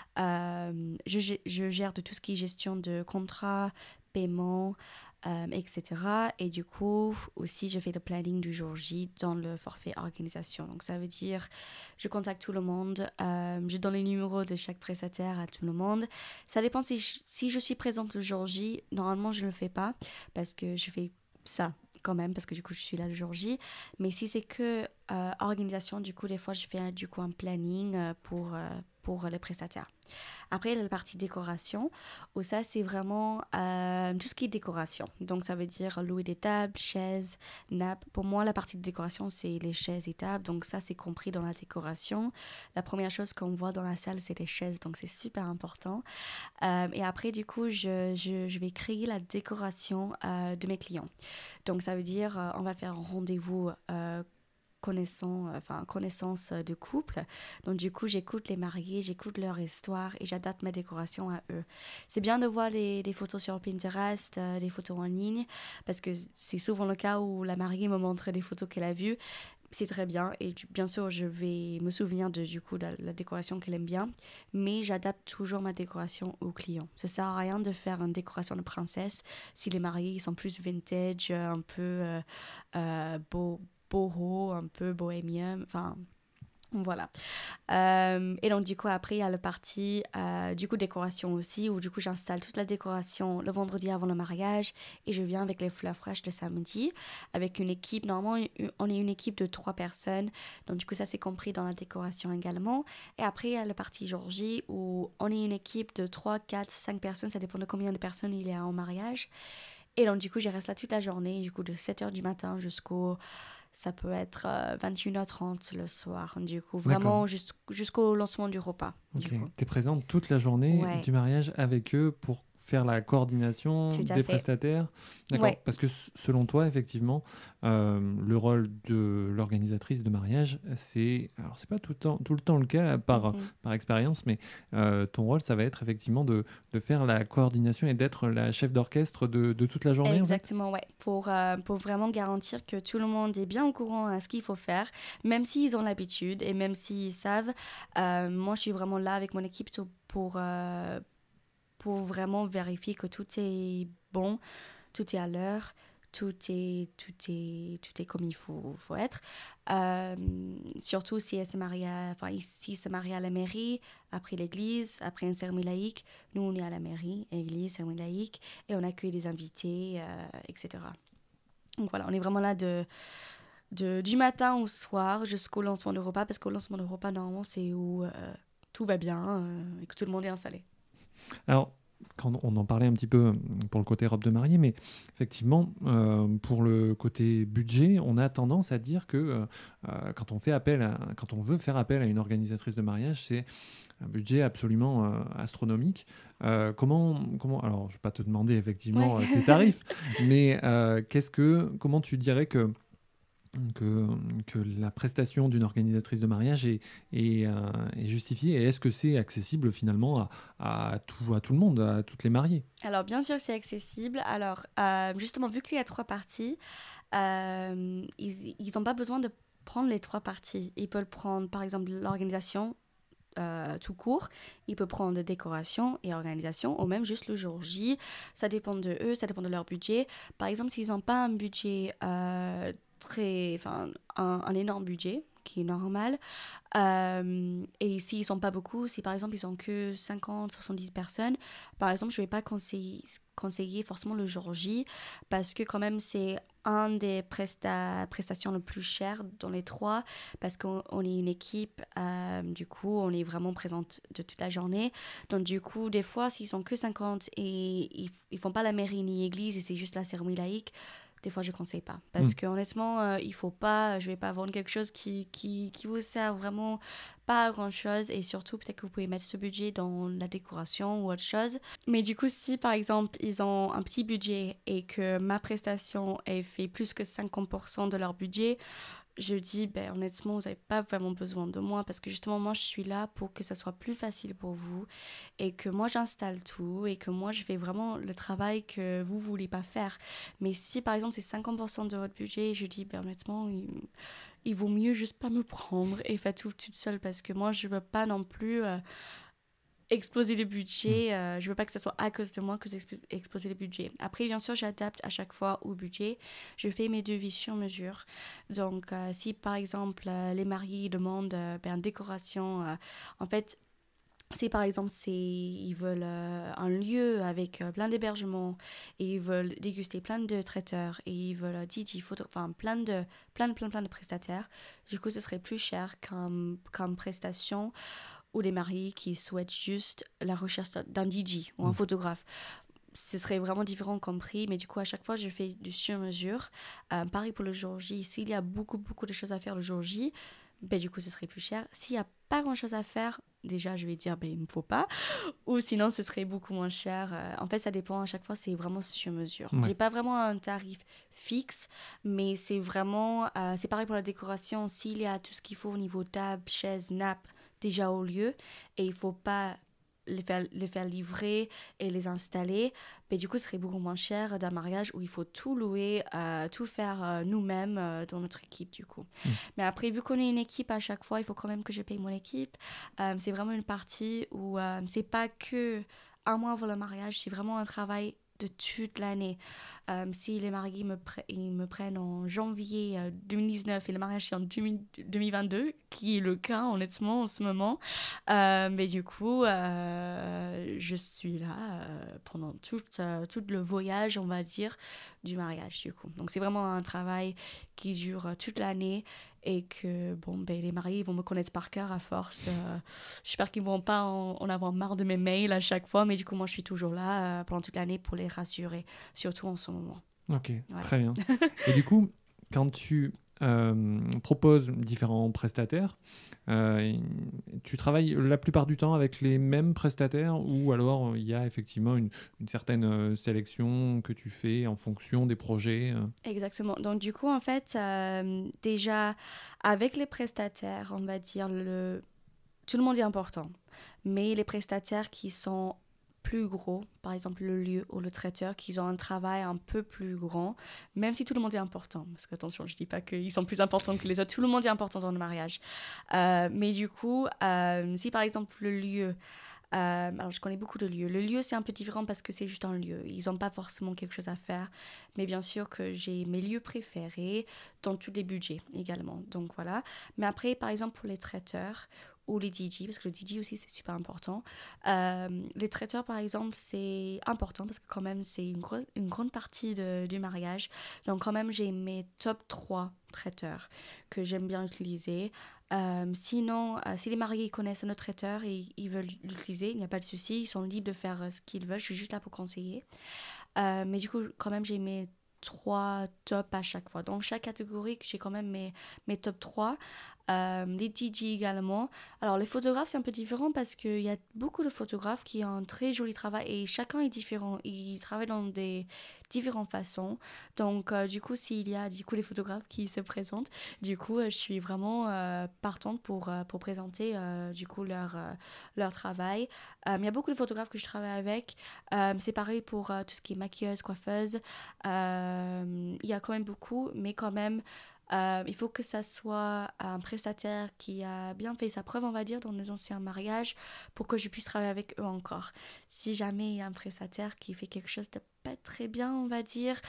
Euh, je, je gère de tout ce qui est gestion de contrats, paiement, euh, et cetera. Et du coup, aussi, je fais le planning du jour J dans le forfait organisation. Donc, ça veut dire, je contacte tout le monde, euh, je donne les numéros de chaque prestataire à tout le monde. Ça dépend si je, si je suis présente le jour J. Normalement, je ne le fais pas parce que je fais ça quand même, parce que du coup, je suis là le jour J. Mais si c'est que euh, organisation, du coup, des fois, je fais un, du coup, un planning euh, pour... Euh, pour les prestataires. Après, il y a la partie décoration, où ça, c'est vraiment euh, tout ce qui est décoration. Donc, ça veut dire louer des tables, chaises, nappes. Pour moi, la partie de décoration, c'est les chaises et tables. Donc, ça, c'est compris dans la décoration. La première chose qu'on voit dans la salle, c'est les chaises. Donc, c'est super important. Euh, et après, du coup, je, je, je vais créer la décoration euh, de mes clients. Donc, ça veut dire, euh, on va faire un rendez-vous euh, Connaissant, enfin, connaissance de couple. Donc, du coup, j'écoute les mariés, j'écoute leur histoire et j'adapte ma décoration à eux. C'est bien de voir les, les photos sur Pinterest, euh, des photos en ligne, parce que c'est souvent le cas où la mariée me montre des photos qu'elle a vues. C'est très bien et bien sûr, je vais me souvenir de du coup, la, la décoration qu'elle aime bien, mais j'adapte toujours ma décoration aux clients. Ça ne sert à rien de faire une décoration de princesse si les mariés ils sont plus vintage, un peu euh, euh, beau. boho, un peu bohémien, enfin voilà. Euh, et donc du coup après il y a la partie euh, du coup décoration aussi, où du coup j'installe toute la décoration le vendredi avant le mariage et je viens avec les fleurs fraîches le samedi avec une équipe. Normalement on est une équipe de trois personnes, donc du coup ça c'est compris dans la décoration également. Et après il y a la partie jour J où on est une équipe de trois, quatre, cinq personnes, ça dépend de combien de personnes il y a en mariage. Et donc du coup je reste là toute la journée, du coup de sept heures du matin jusqu'au ça peut être euh, vingt et une heures trente le soir, du coup, vraiment jusqu'- jusqu'au lancement du repas. Ok. Du coup. Tu es présente toute la journée Ouais. du mariage avec eux pour faire la coordination Tout à des fait. prestataires. D'accord. Ouais. Parce que s- selon toi, effectivement, euh, le rôle de l'organisatrice de mariage, c'est, alors c'est pas tout le temps, tout le temps le cas par, Mhm. par expérience, mais euh, ton rôle, ça va être effectivement de, de faire la coordination et d'être la chef d'orchestre de, de toute la journée, en fait. Exactement, ouais. Pour, euh, pour vraiment garantir que tout le monde est bien au courant à ce qu'il faut faire, même s'ils ont l'habitude et même s'ils savent. Euh, moi, je suis vraiment là avec mon équipe to- pour, euh, pour vraiment vérifier que tout est bon, tout est à l'heure, tout est, tout est, tout est comme il faut, faut être. Euh, surtout si elle se marie à, enfin, si se marie à la mairie, après l'église, après une cérémonie laïque. Nous, on est à la mairie, église, cérémonie laïque, et on accueille des invités, euh, et cetera. Donc voilà, on est vraiment là de, de, du matin au soir jusqu'au lancement du repas, parce qu'au lancement du repas, normalement, c'est où euh, tout va bien euh, et que tout le monde est installé. Alors, quand on en parlait un petit peu pour le côté robe de mariée, mais effectivement, euh, pour le côté budget, on a tendance à dire que euh, euh, quand on fait appel, à, quand on veut faire appel à une organisatrice de mariage, c'est un budget absolument euh, astronomique. Euh, comment, comment, alors, je ne vais pas te demander effectivement Ouais. euh, tes tarifs, mais euh, qu'est-ce que, comment tu dirais que que, que la prestation d'une organisatrice de mariage est, est, euh, est justifiée et est-ce que c'est accessible finalement à, à, tout, à tout le monde, à toutes les mariées? Alors, bien sûr, c'est accessible. Alors, euh, justement, vu qu'il y a trois parties, euh, ils n'ont pas besoin de prendre les trois parties. Ils peuvent prendre, par exemple, l'organisation euh, tout court. Ils peuvent prendre décoration et organisation, ou même juste le jour J. Ça dépend de eux, ça dépend de leur budget. Par exemple, s'ils n'ont pas un budget euh, très... Enfin, un, un énorme budget, qui est normal, euh, et s'ils ne sont pas beaucoup, si par exemple ils sont que cinquante, soixante-dix personnes, par exemple, je ne vais pas conseiller, conseiller forcément le jour J, parce que quand même c'est un des presta- prestations les plus chères dans les trois, parce qu'on on est une équipe, euh, du coup on est vraiment présente de toute la journée. Donc du coup, des fois, s'ils sont que cinquante et ils ne font pas la mairie ni l'église et c'est juste la cérémonie laïque, des fois je conseille pas, parce Mm. que honnêtement euh, il faut pas, je vais pas vendre quelque chose qui, qui, qui vous sert vraiment pas à grand chose, et surtout peut-être que vous pouvez mettre ce budget dans la décoration ou autre chose. Mais du coup, si par exemple ils ont un petit budget et que ma prestation est fait plus que cinquante pour cent de leur budget, je dis, ben, honnêtement, vous n'avez pas vraiment besoin de moi, parce que justement, moi, je suis là pour que ça soit plus facile pour vous et que moi, j'installe tout et que moi, je fais vraiment le travail que vous ne voulez pas faire. Mais si, par exemple, c'est cinquante pour cent de votre budget, je dis, ben, honnêtement, il, il vaut mieux juste pas me prendre et faire tout toute seule, parce que moi, je ne veux pas non plus... Euh, exploser le budget, euh, je veux pas que ce soit à cause de moi que j'ai explosé le budget. Après, bien sûr, j'adapte à chaque fois au budget. Je fais mes devis sur mesure. Donc, euh, si par exemple, euh, les mariés demandent euh, ben, décoration, euh, en fait, si par exemple, c'est, ils veulent euh, un lieu avec euh, plein d'hébergements et ils veulent déguster plein de traiteurs et ils veulent euh, D J, photo, enfin plein de, plein, plein, plein de prestataires, du coup, ce serait plus cher comme, comme prestation, ou des mariés qui souhaitent juste la recherche d'un D J ou un Mmh. photographe. Ce serait vraiment différent comme prix, mais du coup, à chaque fois, je fais du sur-mesure. Euh, pareil pour le jour J. S'il y a beaucoup, beaucoup de choses à faire le jour J, ben, du coup, ce serait plus cher. S'il n'y a pas grand-chose à faire, déjà, je vais dire, ben, il ne me faut pas. Ou sinon, ce serait beaucoup moins cher. Euh, en fait, ça dépend. À chaque fois, c'est vraiment sur-mesure. Ouais. J'ai pas vraiment un tarif fixe, mais c'est vraiment... Euh, c'est pareil pour la décoration. S'il y a tout ce qu'il faut au niveau table, chaise, nappe, déjà au lieu, et il ne faut pas les faire, les faire livrer et les installer, mais du coup, ce serait beaucoup moins cher d'un mariage où il faut tout louer, euh, tout faire euh, nous-mêmes euh, dans notre équipe, du coup. Mm. Mais après, vu qu'on est une équipe à chaque fois, il faut quand même que je paye mon équipe. Euh, c'est vraiment une partie où euh, c'est pas que un mois avant le mariage, c'est vraiment un travail de toute l'année. Euh, si les mariés me, pre- ils me prennent en janvier euh, deux mille dix-neuf et le mariage c'est en deux mille vingt-deux, qui est le cas honnêtement en ce moment, euh, mais du coup euh, je suis là euh, pendant tout, euh, tout le voyage, on va dire, du mariage, du coup. Donc c'est vraiment un travail qui dure euh, toute l'année, et que bon, ben, les mariés vont me connaître par cœur à force. Euh, j'espère qu'ils ne vont pas en, en avoir marre de mes mails à chaque fois, mais du coup moi je suis toujours là euh, pendant toute l'année pour les rassurer, surtout en ce moment. Ok, Voilà. très bien. Et du coup, quand tu euh, propose différents prestataires. Euh, tu travailles la plupart du temps avec les mêmes prestataires ou alors il y a effectivement une, une certaine sélection que tu fais en fonction des projets? Exactement. Donc du coup, en fait, euh, déjà, avec les prestataires, on va dire, le... tout le monde est important. Mais les prestataires qui sont plus gros, par exemple le lieu ou le traiteur, qui ont un travail un peu plus grand, même si tout le monde est important, parce que attention, je ne dis pas qu'ils sont plus importants que les autres, tout le monde est important dans le mariage. Euh, mais du coup, euh, si par exemple le lieu, euh, alors je connais beaucoup de lieux, le lieu c'est un peu différent parce que c'est juste un lieu, ils n'ont pas forcément quelque chose à faire, mais bien sûr que j'ai mes lieux préférés dans tous les budgets également, donc voilà. Mais après, par exemple pour les traiteurs, ou les D J, parce que le D J aussi, c'est super important. Euh, les traiteurs, par exemple, c'est important parce que quand même, c'est une, grosse, une grande partie de, du mariage. Donc quand même, j'ai mes top trois traiteurs que j'aime bien utiliser. Euh, sinon, euh, si les mariés connaissent un autre traiteur et ils veulent l'utiliser, il n'y a pas de souci, ils sont libres de faire euh, ce qu'ils veulent. Je suis juste là pour conseiller. Euh, mais du coup, quand même, j'ai mes trois tops à chaque fois. Donc, chaque catégorie, j'ai quand même mes, mes top trois. Euh, les D J également. Alors, les photographes, c'est un peu différent parce qu'il y a beaucoup de photographes qui ont un très joli travail et chacun est différent. Ils travaillent dans des différentes façons. Donc, euh, du coup, s'il y a du coup les photographes qui se présentent, du coup, euh, je suis vraiment euh, partante pour, euh, pour présenter euh, du coup leur, euh, leur travail. Euh, il y a beaucoup de photographes que je travaille avec. Euh, c'est pareil pour euh, tout ce qui est maquilleuse, coiffeuse. Euh, il y a quand même beaucoup, mais quand même, Euh, il faut que ça soit un prestataire qui a bien fait sa preuve, on va dire, dans les anciens mariages pour que je puisse travailler avec eux encore. Si jamais il y a un prestataire qui fait quelque chose de pas très bien, on va dire,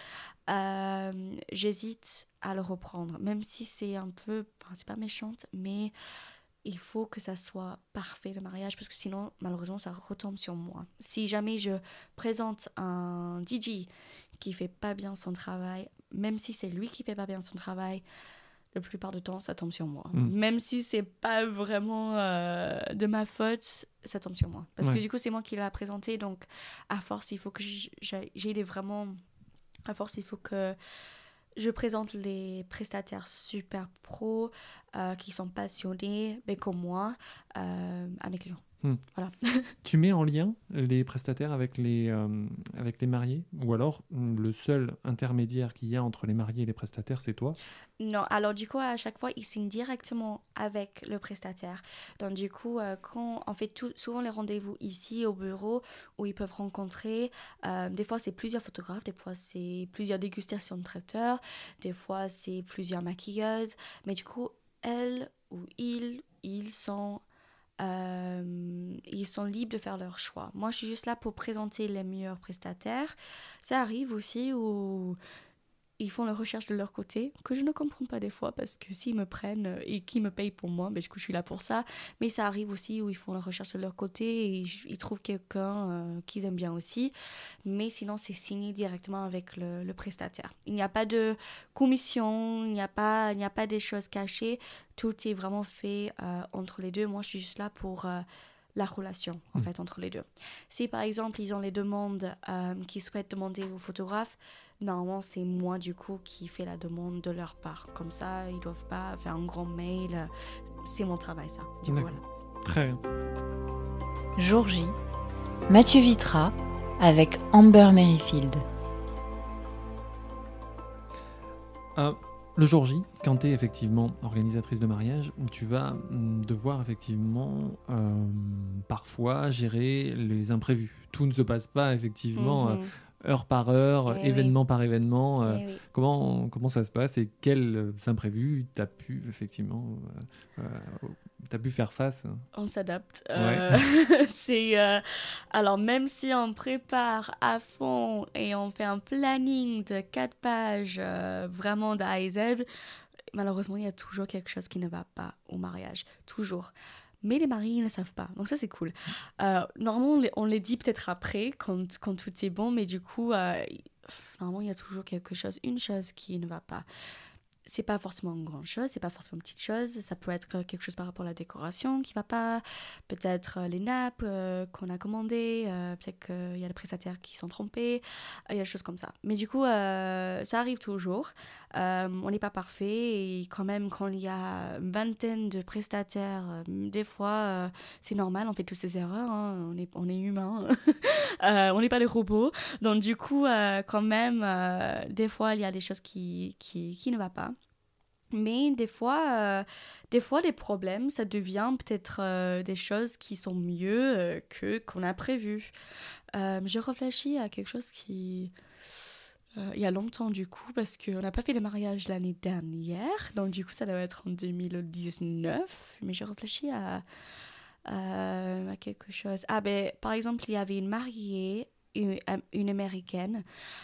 euh, j'hésite à le reprendre. Même si c'est un peu, enfin, c'est pas méchante, mais il faut que ça soit parfait le mariage parce que sinon, malheureusement, ça retombe sur moi. Si jamais je présente un D J qui fait pas bien son travail, même si c'est lui qui fait pas bien son travail, la plupart du temps, ça tombe sur moi. Mm. Même si c'est pas vraiment euh, de ma faute, ça tombe sur moi. Parce ouais. que du coup, c'est moi qui l'ai présenté, donc à force, il faut que j'aille vraiment... À force, il faut que je présente les prestataires super pros euh, qui sont passionnés, mais comme moi, euh, à mes clients. Hmm. Voilà. Tu mets en lien les prestataires avec les, euh, avec les mariés? Ou alors, le seul intermédiaire qu'il y a entre les mariés et les prestataires, c'est toi? Non, alors du coup, à chaque fois, ils signent directement avec le prestataire. Donc du coup, euh, quand on fait tout, souvent les rendez-vous ici au bureau où ils peuvent rencontrer, euh, des fois c'est plusieurs photographes, des fois c'est plusieurs dégustations de traiteurs, des fois c'est plusieurs maquilleuses, mais du coup, elles ou ils, ils sont... Euh, ils sont libres de faire leur choix. Moi, je suis juste là pour présenter les meilleurs prestataires. Ça arrive aussi où ils font la recherche de leur côté, que je ne comprends pas des fois, parce que s'ils me prennent et qu'ils me payent pour moi, ben, du coup, je suis là pour ça. Mais ça arrive aussi où ils font la recherche de leur côté et ils trouvent quelqu'un euh, qu'ils aiment bien aussi. Mais sinon, c'est signé directement avec le, le prestataire. Il n'y a pas de commission, il n'y a pas, il n'y a pas des choses cachées. Tout est vraiment fait euh, entre les deux. Moi, je suis juste là pour... Euh, la relation, en mmh. fait, entre les deux. Si, par exemple, ils ont les demandes euh, qu'ils souhaitent demander au photographe, normalement, c'est moi, du coup, qui fais la demande de leur part. Comme ça, ils ne doivent pas faire un grand mail. C'est mon travail, ça. Du coup, voilà. Très bien. Jour J, Mathieu Vitra avec Amber Merrifield. Ah. Le jour J, quand tu es effectivement organisatrice de mariage, tu vas devoir effectivement euh, parfois gérer les imprévus. Tout ne se passe pas effectivement mm-hmm. euh, heure par heure, et événement oui. par événement. Euh, oui. comment, comment ça se passe et quels imprévus tu as pu effectivement euh, euh, t'as pu faire face? On s'adapte. Ouais. Euh, c'est, euh, alors, même si on prépare à fond et on fait un planning de quatre pages, euh, vraiment de A à Z, malheureusement, il y a toujours quelque chose qui ne va pas au mariage. Toujours. Mais les mariés ne savent pas. Donc ça, c'est cool. Euh, normalement, on les, on les dit peut-être après, quand, quand tout est bon, mais du coup, euh, normalement, il y a toujours quelque chose, une chose qui ne va pas. c'est pas forcément une grande chose, c'est pas forcément une petite chose. Ça peut être quelque chose par rapport à la décoration qui va pas, peut-être euh, les nappes euh, qu'on a commandées, euh, peut-être qu'il y a les prestataires qui sont trompés, euh, il y a des choses comme ça. Mais du coup, euh, ça arrive toujours. Euh, on n'est pas parfait et quand même, quand il y a une vingtaine de prestataires, euh, des fois, euh, c'est normal, on fait toutes ces erreurs, hein, on est, on est humain, euh, on n'est pas des robots. Donc du coup, euh, quand même, euh, des fois, il y a des choses qui, qui, qui ne vont pas. Mais des fois, euh, des fois, les problèmes, ça devient peut-être euh, des choses qui sont mieux euh, que qu'on a prévu. Euh, je réfléchis à quelque chose qui... Euh, il y a longtemps du coup, parce qu'on n'a pas fait le mariage l'année dernière, donc du coup ça doit être en deux mille dix-neuf, mais je réfléchis à, à, à quelque chose. Ah ben, par exemple, il y avait une mariée, une, une américaine,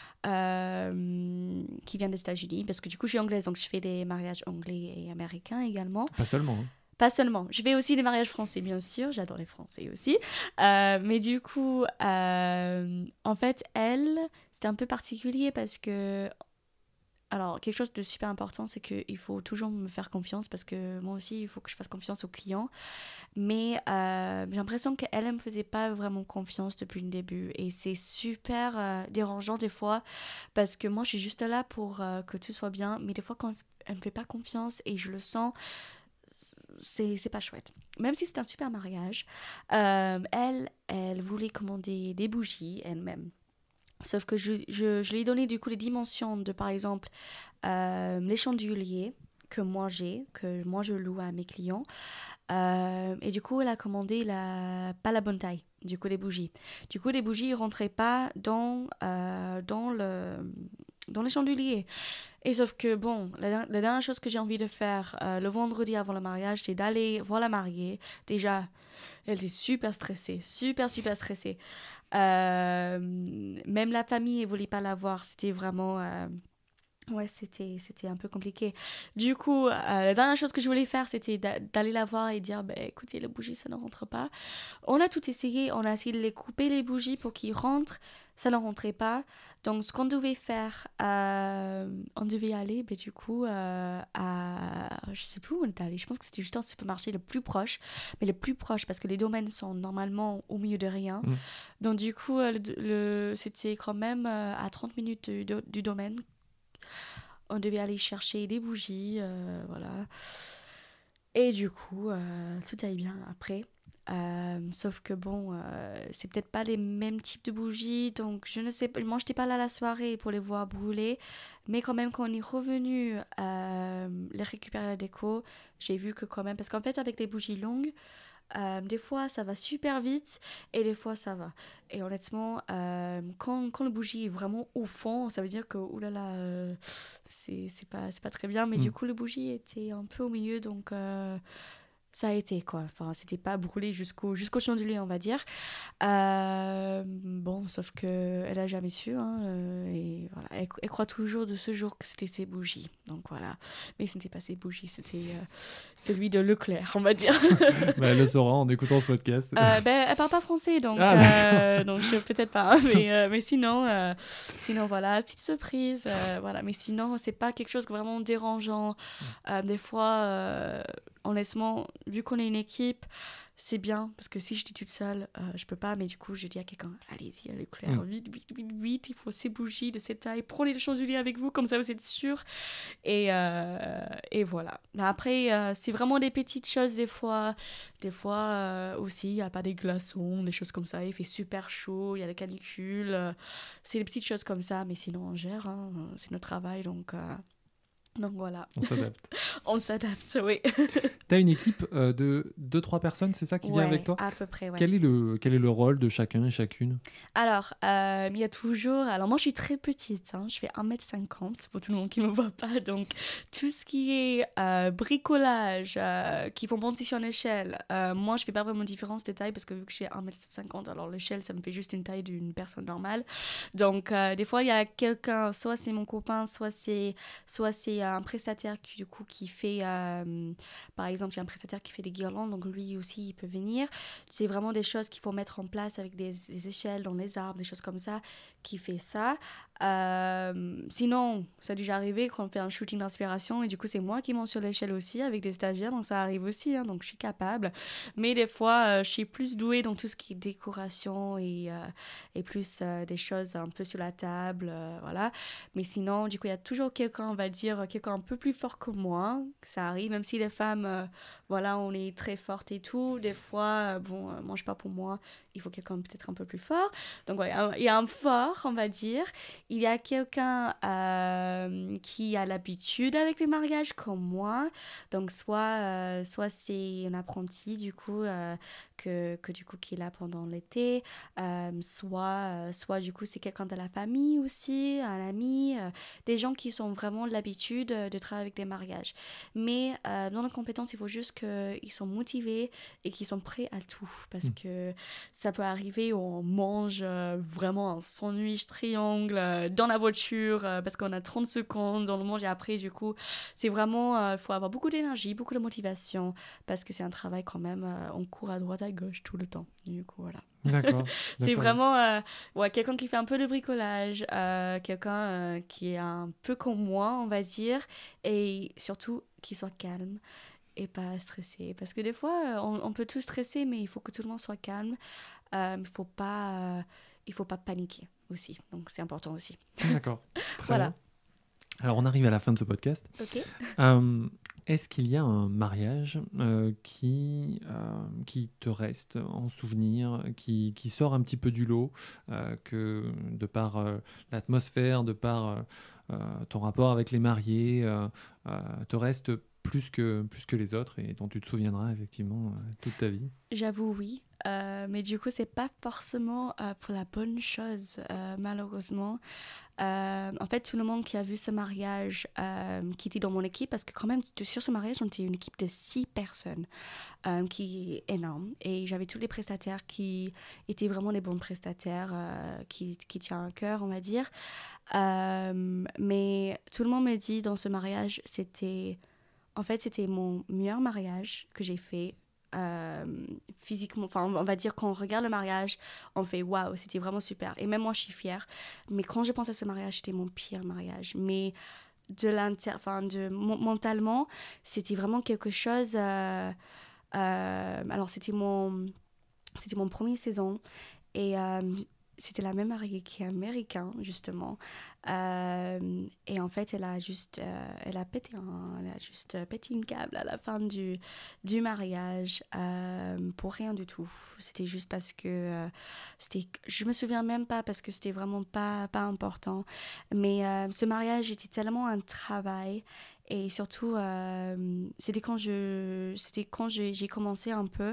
euh, qui vient des États-Unis, parce que du coup je suis anglaise, donc je fais des mariages anglais et américains également. Pas seulement. Hein. Pas seulement. Je fais aussi des mariages français, bien sûr. J'adore les Français aussi. Euh, mais du coup, euh, en fait, elle, c'était un peu particulier parce que... Alors, quelque chose de super important, c'est qu'il faut toujours me faire confiance parce que moi aussi, il faut que je fasse confiance aux clients. Mais euh, j'ai l'impression qu'elle, elle ne me faisait pas vraiment confiance depuis le début. Et c'est super euh, dérangeant des fois parce que moi, je suis juste là pour euh, que tout soit bien. Mais des fois, quand elle ne me fait pas confiance et je le sens... C'est, c'est pas chouette. Même si c'est un super mariage, euh, elle, elle voulait commander des bougies elle-même. Sauf que je, je, je lui ai donné du coup les dimensions de, par exemple, euh, les chandeliers que moi j'ai, que moi je loue à mes clients. Euh, et du coup, elle a commandé la, pas la bonne taille, du coup, les bougies. Du coup, les bougies ne rentraient pas dans, euh, dans, le, dans les chandeliers. Et sauf que, bon, la, la dernière chose que j'ai envie de faire euh, le vendredi avant le mariage, c'est d'aller voir la mariée. Déjà, elle était super stressée, super, super stressée. Euh, même la famille ne voulait pas la voir. C'était vraiment... Euh, ouais, c'était, c'était un peu compliqué. Du coup, euh, la dernière chose que je voulais faire, c'était d'a- d'aller la voir et dire, bah, écoutez, les bougies, ça ne rentre pas. On a tout essayé, on a essayé de les couper, les bougies, pour qu'ils rentrent. Ça ne rentrait pas. Donc, ce qu'on devait faire, euh, on devait aller, bah, du coup, euh, à... Je sais plus où on est allé. Je pense que c'était juste un supermarché le plus proche. Mais le plus proche, parce que les domaines sont normalement au milieu de rien. Mmh. Donc, du coup, euh, le, le, c'était quand même euh, à trente minutes du, du domaine. On devait aller chercher des bougies, euh, voilà. Et du coup, euh, tout allait bien après. Euh, sauf que bon, euh, c'est peut-être pas les mêmes types de bougies, donc je ne sais pas. Moi, j'étais pas là la soirée pour les voir brûler, mais quand même, quand on est revenu euh, les récupérer la déco, j'ai vu que quand même, parce qu'en fait, avec les bougies longues, Euh, des fois ça va super vite et des fois ça va. Et honnêtement, euh, quand, quand le bougie est vraiment au fond, ça veut dire que oulala, euh, c'est, c'est, pas, c'est pas très bien. Mais mmh. du coup, le bougie était un peu au milieu, donc euh, ça a été quoi. Enfin, c'était pas brûlé jusqu'au, jusqu'au chandelier, on va dire. Euh, bon, sauf qu'elle a jamais su. Hein, euh, et voilà, elle, elle croit toujours de ce jour que c'était ses bougies. Donc voilà. Mais ce n'était pas ses bougies, c'était euh, celui de Leclerc, on va dire. Bah, elle le saura en écoutant ce podcast. Euh, ben, elle parle pas français, donc, ah, euh, donc je, peut-être pas. Hein, mais, euh, mais sinon, euh, sinon, voilà, petite surprise. Euh, voilà. Mais sinon, c'est pas quelque chose de vraiment dérangeant. Euh, des fois, euh, honnêtement, vu qu'on est une équipe, c'est bien, parce que si je dis toute seule, euh, je peux pas, mais du coup, je dis à quelqu'un, allez-y, allez, Claire, mm. vite, vite, vite, vite, il faut ces bougies de cette taille, prenez le chandelier avec vous, comme ça vous êtes sûr. Et, euh, et voilà. Mais après, euh, c'est vraiment des petites choses, des fois, des fois euh, aussi, il n'y a pas des glaçons, des choses comme ça, il fait super chaud, il y a la canicule, euh, c'est des petites choses comme ça, mais sinon, on gère, hein, c'est notre travail, donc... Euh, Donc voilà. On s'adapte. On s'adapte, oui. T'as une équipe euh, de deux trois personnes, c'est ça qui ouais, vient avec toi ? À peu près, ouais. Quel est le, quel est le rôle de chacun et chacune ? Alors, euh, il y a toujours... Alors, moi, je suis très petite. Hein. Je fais un mètre cinquante pour tout le monde qui ne me voit pas. Donc, tout ce qui est euh, bricolage, euh, qui font monter sur l'échelle, euh, moi, je ne fais pas vraiment de différence de taille parce que vu que je fais un mètre cinquante, alors l'échelle, ça me fait juste une taille d'une personne normale. Donc, euh, des fois, il y a quelqu'un, soit c'est mon copain, soit c'est, soit c'est un prestataire qui, du coup, qui fait, euh, par exemple, j'ai un prestataire qui fait des guirlandes, donc lui aussi, il peut venir. C'est vraiment des choses qu'il faut mettre en place avec des, des échelles dans les arbres, des choses comme ça, qui fait ça. Euh, sinon, ça a déjà arrivé qu'on fait un shooting d'inspiration et du coup, c'est moi qui monte sur l'échelle aussi avec des stagiaires, donc ça arrive aussi, hein, donc je suis capable. Mais des fois, euh, je suis plus douée dans tout ce qui est décoration et, euh, et plus euh, des choses un peu sur la table, euh, voilà. Mais sinon, du coup, il y a toujours quelqu'un, on va dire, quelqu'un un peu plus fort que moi. Ça arrive, même si les femmes, euh, voilà, on est très fortes et tout. Des fois, euh, bon, euh, mange pas pour moi, il faut quelqu'un peut-être un peu plus fort. Donc, voilà, il y a un fort, on va dire. Il y a quelqu'un euh, qui a l'habitude avec les mariages comme moi. Donc, soit, euh, soit c'est un apprenti, du coup, euh, que, que, du coup, qui est là pendant l'été. Euh, soit, euh, soit, du coup, c'est quelqu'un de la famille aussi, un ami. Euh, des gens qui sont vraiment de l'habitude de travailler avec des mariages. Mais euh, dans nos compétences, il faut juste qu'ils sont motivés et qu'ils sont prêts à tout. Parce mmh. que ça peut arriver où on mange euh, vraiment un sandwich triangle euh, dans la voiture euh, parce qu'on a trente secondes, on le mange et après, du coup, c'est vraiment, il euh, faut avoir beaucoup d'énergie, beaucoup de motivation parce que c'est un travail quand même, euh, on court à droite, à gauche tout le temps. Du coup, voilà. D'accord. C'est d'accord. vraiment euh, ouais, quelqu'un qui fait un peu de bricolage, euh, quelqu'un euh, qui est un peu comme moi, on va dire, et surtout qui soit calme et pas stressé. Parce que des fois, on, on peut tout stresser, mais il faut que tout le monde soit calme. Euh, il faut pas, euh, il faut pas paniquer aussi. Donc, c'est important aussi. D'accord. Très voilà. bien. Alors, on arrive à la fin de ce podcast. Ok. Euh, est-ce qu'il y a un mariage euh, qui, euh, qui te reste en souvenir, qui, qui sort un petit peu du lot, euh, que de par euh, l'atmosphère, de par euh, euh, ton rapport avec les mariés, euh, euh, te reste plus que, plus que les autres et dont tu te souviendras effectivement euh, toute ta vie? J'avoue, oui. Euh, mais du coup, c'est pas forcément euh, pour la bonne chose, euh, malheureusement. Euh, en fait, tout le monde qui a vu ce mariage, euh, qui était dans mon équipe, parce que quand même, sur ce mariage, on était une équipe de six personnes, euh, qui est énorme. Et j'avais tous les prestataires qui étaient vraiment des bons prestataires, euh, qui, qui tiennent un cœur, on va dire. Euh, mais tout le monde me dit, dans ce mariage, c'était... En fait, c'était mon meilleur mariage que j'ai fait. Euh, physiquement, enfin on va dire quand on regarde le mariage, on fait waouh, c'était vraiment super. Et même moi je suis fière. Mais quand je pense à ce mariage, c'était mon pire mariage. Mais de l'inter, enfin de mentalement, c'était vraiment quelque chose. Euh, euh, alors c'était mon, c'était mon premier saison et euh, c'était la même mariée qui est américaine, justement. Euh, et en fait, elle a juste, euh, elle a pété, un, elle a juste pété une câble à la fin du, du mariage, euh, pour rien du tout. C'était juste parce que, euh, c'était, je me souviens même pas parce que c'était vraiment pas, pas important. Mais euh, ce mariage était tellement un travail. Et surtout, euh, c'était quand, je, c'était quand je, j'ai commencé un peu.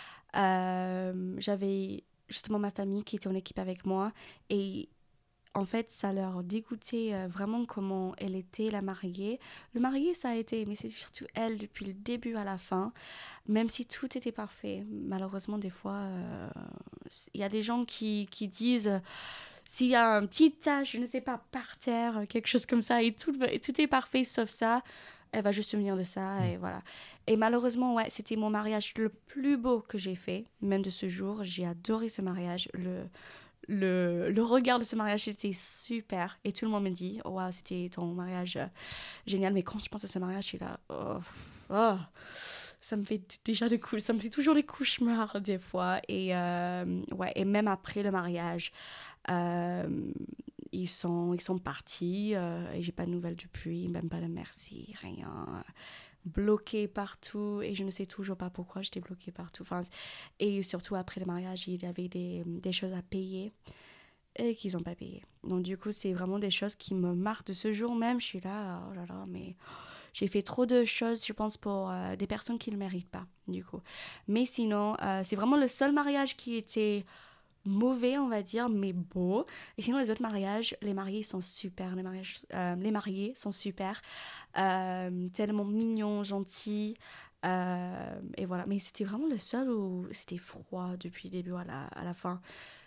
Euh, j'avais justement ma famille qui était en équipe avec moi et en fait ça leur dégoûtait euh, vraiment comment elle était la mariée. Le marié ça a été, mais c'est surtout elle depuis le début à la fin, même si tout était parfait. Malheureusement des fois il euh, y a des gens qui, qui disent euh, s'il y a un petit tache, je ne sais pas, par terre, quelque chose comme ça et tout, et tout est parfait sauf ça, elle va juste se souvenir de ça et voilà. Et malheureusement, ouais, c'était mon mariage le plus beau que j'ai fait, même de ce jour. J'ai adoré ce mariage. Le, le, le regard de ce mariage était super. Et tout le monde me dit, oh, wow, c'était ton mariage euh, génial. Mais quand je pense à ce mariage, je suis là, oh, oh, ça me fait déjà des coups, ça me fait toujours des cauchemars des fois. Et, euh, ouais, et même après le mariage, euh, ils sont, ils sont partis euh, et j'ai pas de nouvelles depuis, même pas de merci, rien. Bloquée partout et je ne sais toujours pas pourquoi j'étais bloquée partout. Enfin, et surtout après le mariage, il y avait des, des choses à payer et qu'ils n'ont pas payé. Donc du coup, c'est vraiment des choses qui me marquent de ce jour même. Je suis là, oh là là, mais j'ai fait trop de choses, je pense, pour euh, des personnes qui ne le méritent pas, du coup. Mais sinon, euh, c'est vraiment le seul mariage qui était mauvais, on va dire, mais beau. Et sinon, les autres mariages, les mariés sont super. Les, mariages, euh, les mariés sont super. Euh, tellement mignons, gentils. Euh, et voilà. Mais c'était vraiment le seul où c'était froid depuis le début à la, à la fin.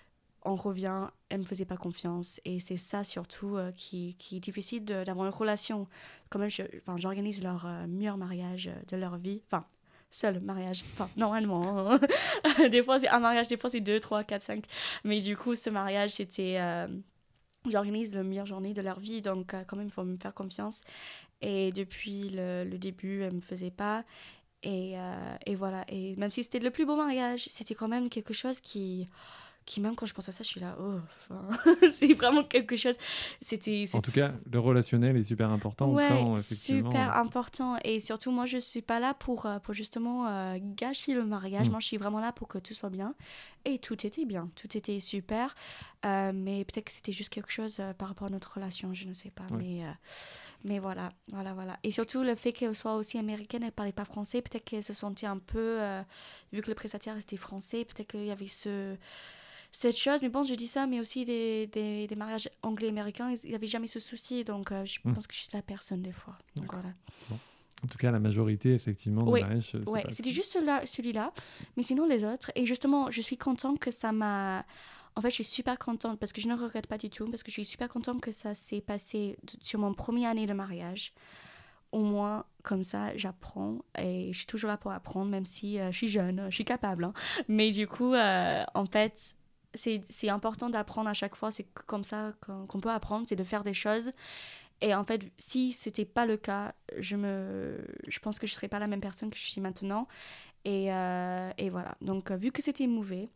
on revient, elle me faisait pas confiance. Et c'est ça surtout euh, qui, qui est difficile de, d'avoir une relation. Quand même, je, enfin, j'organise leur euh, meilleur mariage de leur vie. Enfin, seul mariage. Enfin, normalement. Hein. Des fois, c'est un mariage, des fois, c'est deux, trois, quatre, cinq. Mais du coup, ce mariage, c'était... Euh, j'organise la meilleure journée de leur vie. Donc, euh, quand même, il faut me faire confiance. Et depuis le, le début, elle me faisait pas. Et, euh, et voilà. Et même si c'était le plus beau mariage, c'était quand même quelque chose qui... qui même quand je pense à ça, je suis là, oh, enfin, c'est vraiment quelque chose. C'était, c'était... En tout cas, le relationnel est super important. Ouais, quand, effectivement, super euh... important. Et surtout, moi, je ne suis pas là pour, pour justement euh, gâcher le mariage. Mmh. Moi, je suis vraiment là pour que tout soit bien. Et tout était bien. Tout était super. Euh, mais peut-être que c'était juste quelque chose euh, par rapport à notre relation, je ne sais pas. Ouais. Mais, euh, mais voilà, voilà, voilà. Et surtout, le fait qu'elle soit aussi américaine, elle ne parlait pas français, peut-être qu'elle se sentait un peu... Euh, vu que le prestataire était français, peut-être qu'il y avait ce... cette chose, mais bon, je dis ça, mais aussi des, des, des mariages anglais-américains, il n'y avait jamais ce souci, donc euh, je mmh. pense que je suis la personne des fois. Donc, voilà. Bon. En tout cas, la majorité, effectivement, des oui, mariages... C'est ouais. pas... C'était juste celui-là, celui-là, mais sinon les autres. Et justement, je suis contente que ça m'a... En fait, je suis super contente, parce que je ne regrette pas du tout, parce que je suis super contente que ça s'est passé sur mon premier année de mariage. Au moins, comme ça, j'apprends et je suis toujours là pour apprendre, même si euh, je suis jeune, je suis capable. Hein. Mais du coup, euh, en fait... C'est, c'est important d'apprendre à chaque fois, c'est comme ça qu'on, qu'on peut apprendre, c'est de faire des choses. Et en fait, si c'était pas le cas, je, me, je pense que je serais pas la même personne que je suis maintenant. Et, euh, et voilà, donc vu que c'était mauvais,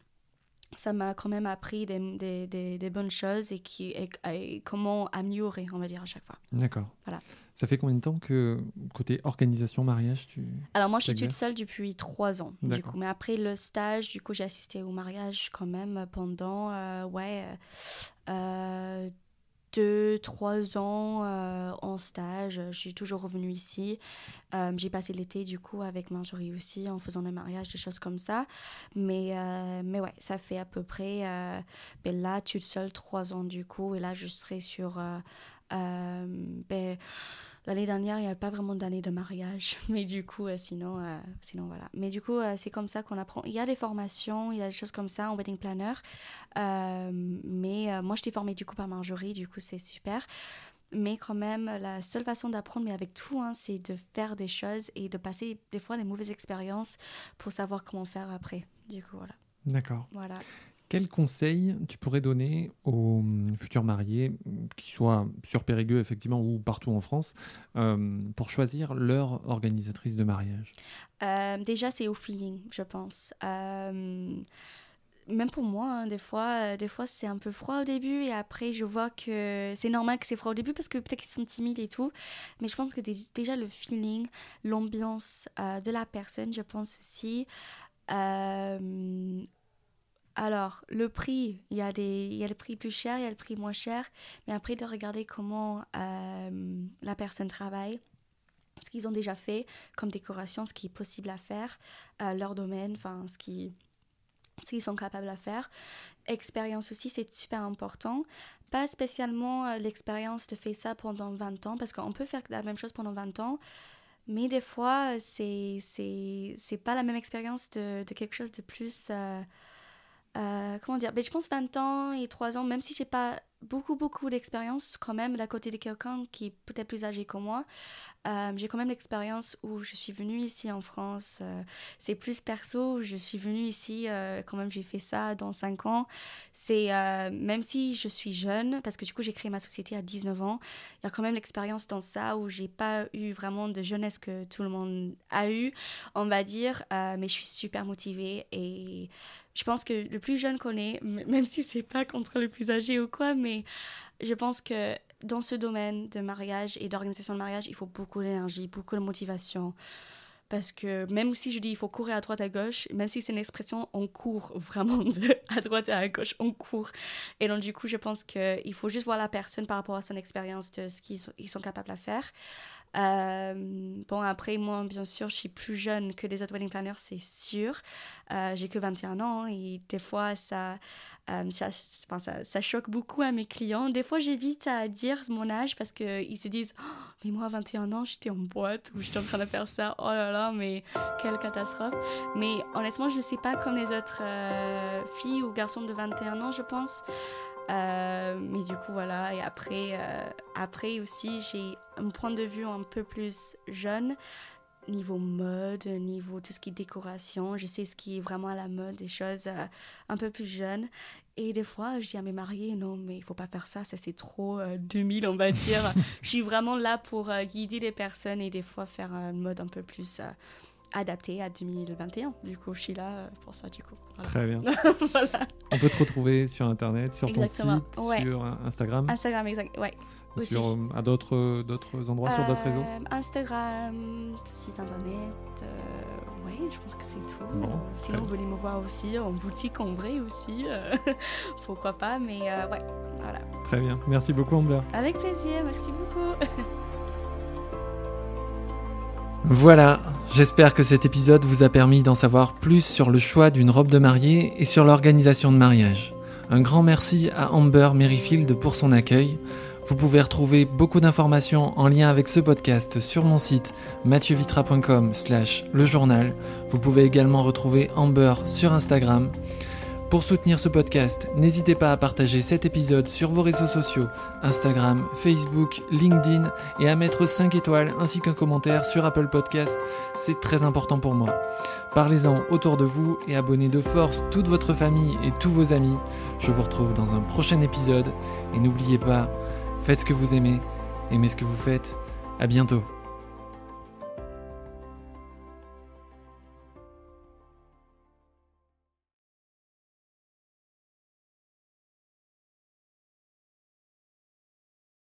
ça m'a quand même appris des, des, des, des bonnes choses et, qui, et, et comment améliorer, on va dire, à chaque fois. D'accord. Voilà. Ça fait combien de temps que, côté organisation mariage, tu... Alors moi, je suis toute seule depuis trois ans, D'accord. du coup. Mais après le stage, du coup, j'ai assisté au mariage quand même pendant, euh, ouais, euh, deux, trois ans euh, en stage. Je suis toujours revenue ici. Euh, j'ai passé l'été, du coup, avec Marjorie aussi, en faisant des mariages, des choses comme ça. Mais, euh, mais ouais, ça fait à peu près, euh, ben là, toute seule, trois ans, du coup. Et là, je serai sur... Euh, euh, ben, l'année dernière, il n'y avait pas vraiment d'année de mariage, mais du coup, euh, sinon, euh, sinon, voilà. Mais du coup, euh, c'est comme ça qu'on apprend. Il y a des formations, il y a des choses comme ça en wedding planner, euh, mais euh, moi, je t'ai formée du coup par Marjorie, du coup, c'est super. Mais quand même, la seule façon d'apprendre, mais avec tout, hein, c'est de faire des choses et de passer des fois les mauvaises expériences pour savoir comment faire après. Du coup, voilà. D'accord. Voilà. Quels conseils tu pourrais donner aux futurs mariés, qu'ils soient sur Périgueux, effectivement, ou partout en France, euh, pour choisir leur organisatrice de mariage ? euh, Déjà, c'est au feeling, je pense. Euh, même pour moi, hein, des fois, euh, des fois, c'est un peu froid au début, et après, je vois que c'est normal que c'est froid au début, parce que peut-être qu'ils sont timides et tout. Mais je pense que d- déjà, le feeling, l'ambiance euh, de la personne, je pense aussi... Euh, Alors, le prix, il y a des, il y a le prix plus cher, il y a le prix moins cher, mais après de regarder comment euh, la personne travaille, ce qu'ils ont déjà fait comme décoration, ce qui est possible à faire, euh, leur domaine, enfin, ce qui, ce qu'ils sont capables à faire. Expérience aussi, c'est super important. Pas spécialement euh, l'expérience de faire ça pendant vingt ans, parce qu'on peut faire la même chose pendant vingt ans, mais des fois, c'est, c'est, c'est pas la même expérience de, de quelque chose de plus... Euh, Euh, comment dire, ben, je pense vingt ans et trois ans, même si j'ai pas beaucoup beaucoup d'expérience quand même à côté de quelqu'un qui est peut-être plus âgé que moi, euh, j'ai quand même l'expérience où je suis venue ici en France, euh, c'est plus perso, je suis venue ici, euh, quand même j'ai fait ça dans cinq ans, c'est euh, même si je suis jeune, parce que du coup j'ai créé ma société à dix-neuf ans, il y a quand même l'expérience dans ça où j'ai pas eu vraiment de jeunesse que tout le monde a eu, on va dire, euh, mais je suis super motivée et je pense que le plus jeune qu'on est, même si c'est pas contre le plus âgé ou quoi, mais je pense que dans ce domaine de mariage et d'organisation de mariage, il faut beaucoup d'énergie, beaucoup de motivation. Parce que même si je dis il faut courir à droite à gauche, même si c'est une expression, on court vraiment de à droite et à gauche, on court. Et donc du coup, je pense qu'il faut juste voir la personne par rapport à son expérience de ce qu'ils sont, ils sont capables à faire. Euh, bon, après, moi, bien sûr, je suis plus jeune que les autres wedding planners, c'est sûr. Euh, j'ai que vingt et un ans et des fois, ça, euh, ça, enfin, ça, ça choque beaucoup à mes clients. Des fois, j'évite à dire mon âge parce qu'ils se disent oh, « Mais moi, à vingt et un ans, j'étais en boîte ou j'étais en train de faire ça. Oh là là, mais quelle catastrophe. » Mais honnêtement, je ne sais pas comme les autres euh, filles ou garçons de vingt et un ans, je pense. Euh, mais du coup, voilà. Et après, euh, après aussi, j'ai un point de vue un peu plus jeune, niveau mode, niveau tout ce qui est décoration. Je sais ce qui est vraiment à la mode, des choses euh, un peu plus jeunes. Et des fois, je dis à mes mariés, non, mais il ne faut pas faire ça, ça c'est trop euh, deux mille, on va dire. Je suis vraiment là pour euh, guider les personnes et des fois faire un mode un peu plus... Euh, adapté à deux mille vingt et un. Du coup, je suis là pour ça, du coup. Voilà. Très bien. Voilà. On peut te retrouver sur Internet, sur Exactement. ton site, Ouais. sur Instagram, Instagram, exact. Ouais. Aussi. sur, euh, à d'autres, d'autres endroits, sur d'autres réseaux. Euh, Instagram, site internet, euh, ouais, je pense que c'est tout. Bon, Euh, sinon, très vous venez me voir aussi en boutique en vrai aussi. euh, pourquoi pas, mais euh, ouais, voilà. Très bien. Merci beaucoup, Amber. Avec plaisir, merci beaucoup. Voilà, j'espère que cet épisode vous a permis d'en savoir plus sur le choix d'une robe de mariée et sur l'organisation de mariage. Un grand merci à Amber Merrifield pour son accueil. Vous pouvez retrouver beaucoup d'informations en lien avec ce podcast sur mon site mathieu-vitra point com slash le journal. Vous pouvez également retrouver Amber sur Instagram. Pour soutenir ce podcast, n'hésitez pas à partager cet épisode sur vos réseaux sociaux, Instagram, Facebook, LinkedIn et à mettre cinq étoiles ainsi qu'un commentaire sur Apple Podcast, c'est très important pour moi. Parlez-en autour de vous et abonnez de force toute votre famille et tous vos amis. Je vous retrouve dans un prochain épisode et n'oubliez pas, faites ce que vous aimez, aimez ce que vous faites. À bientôt.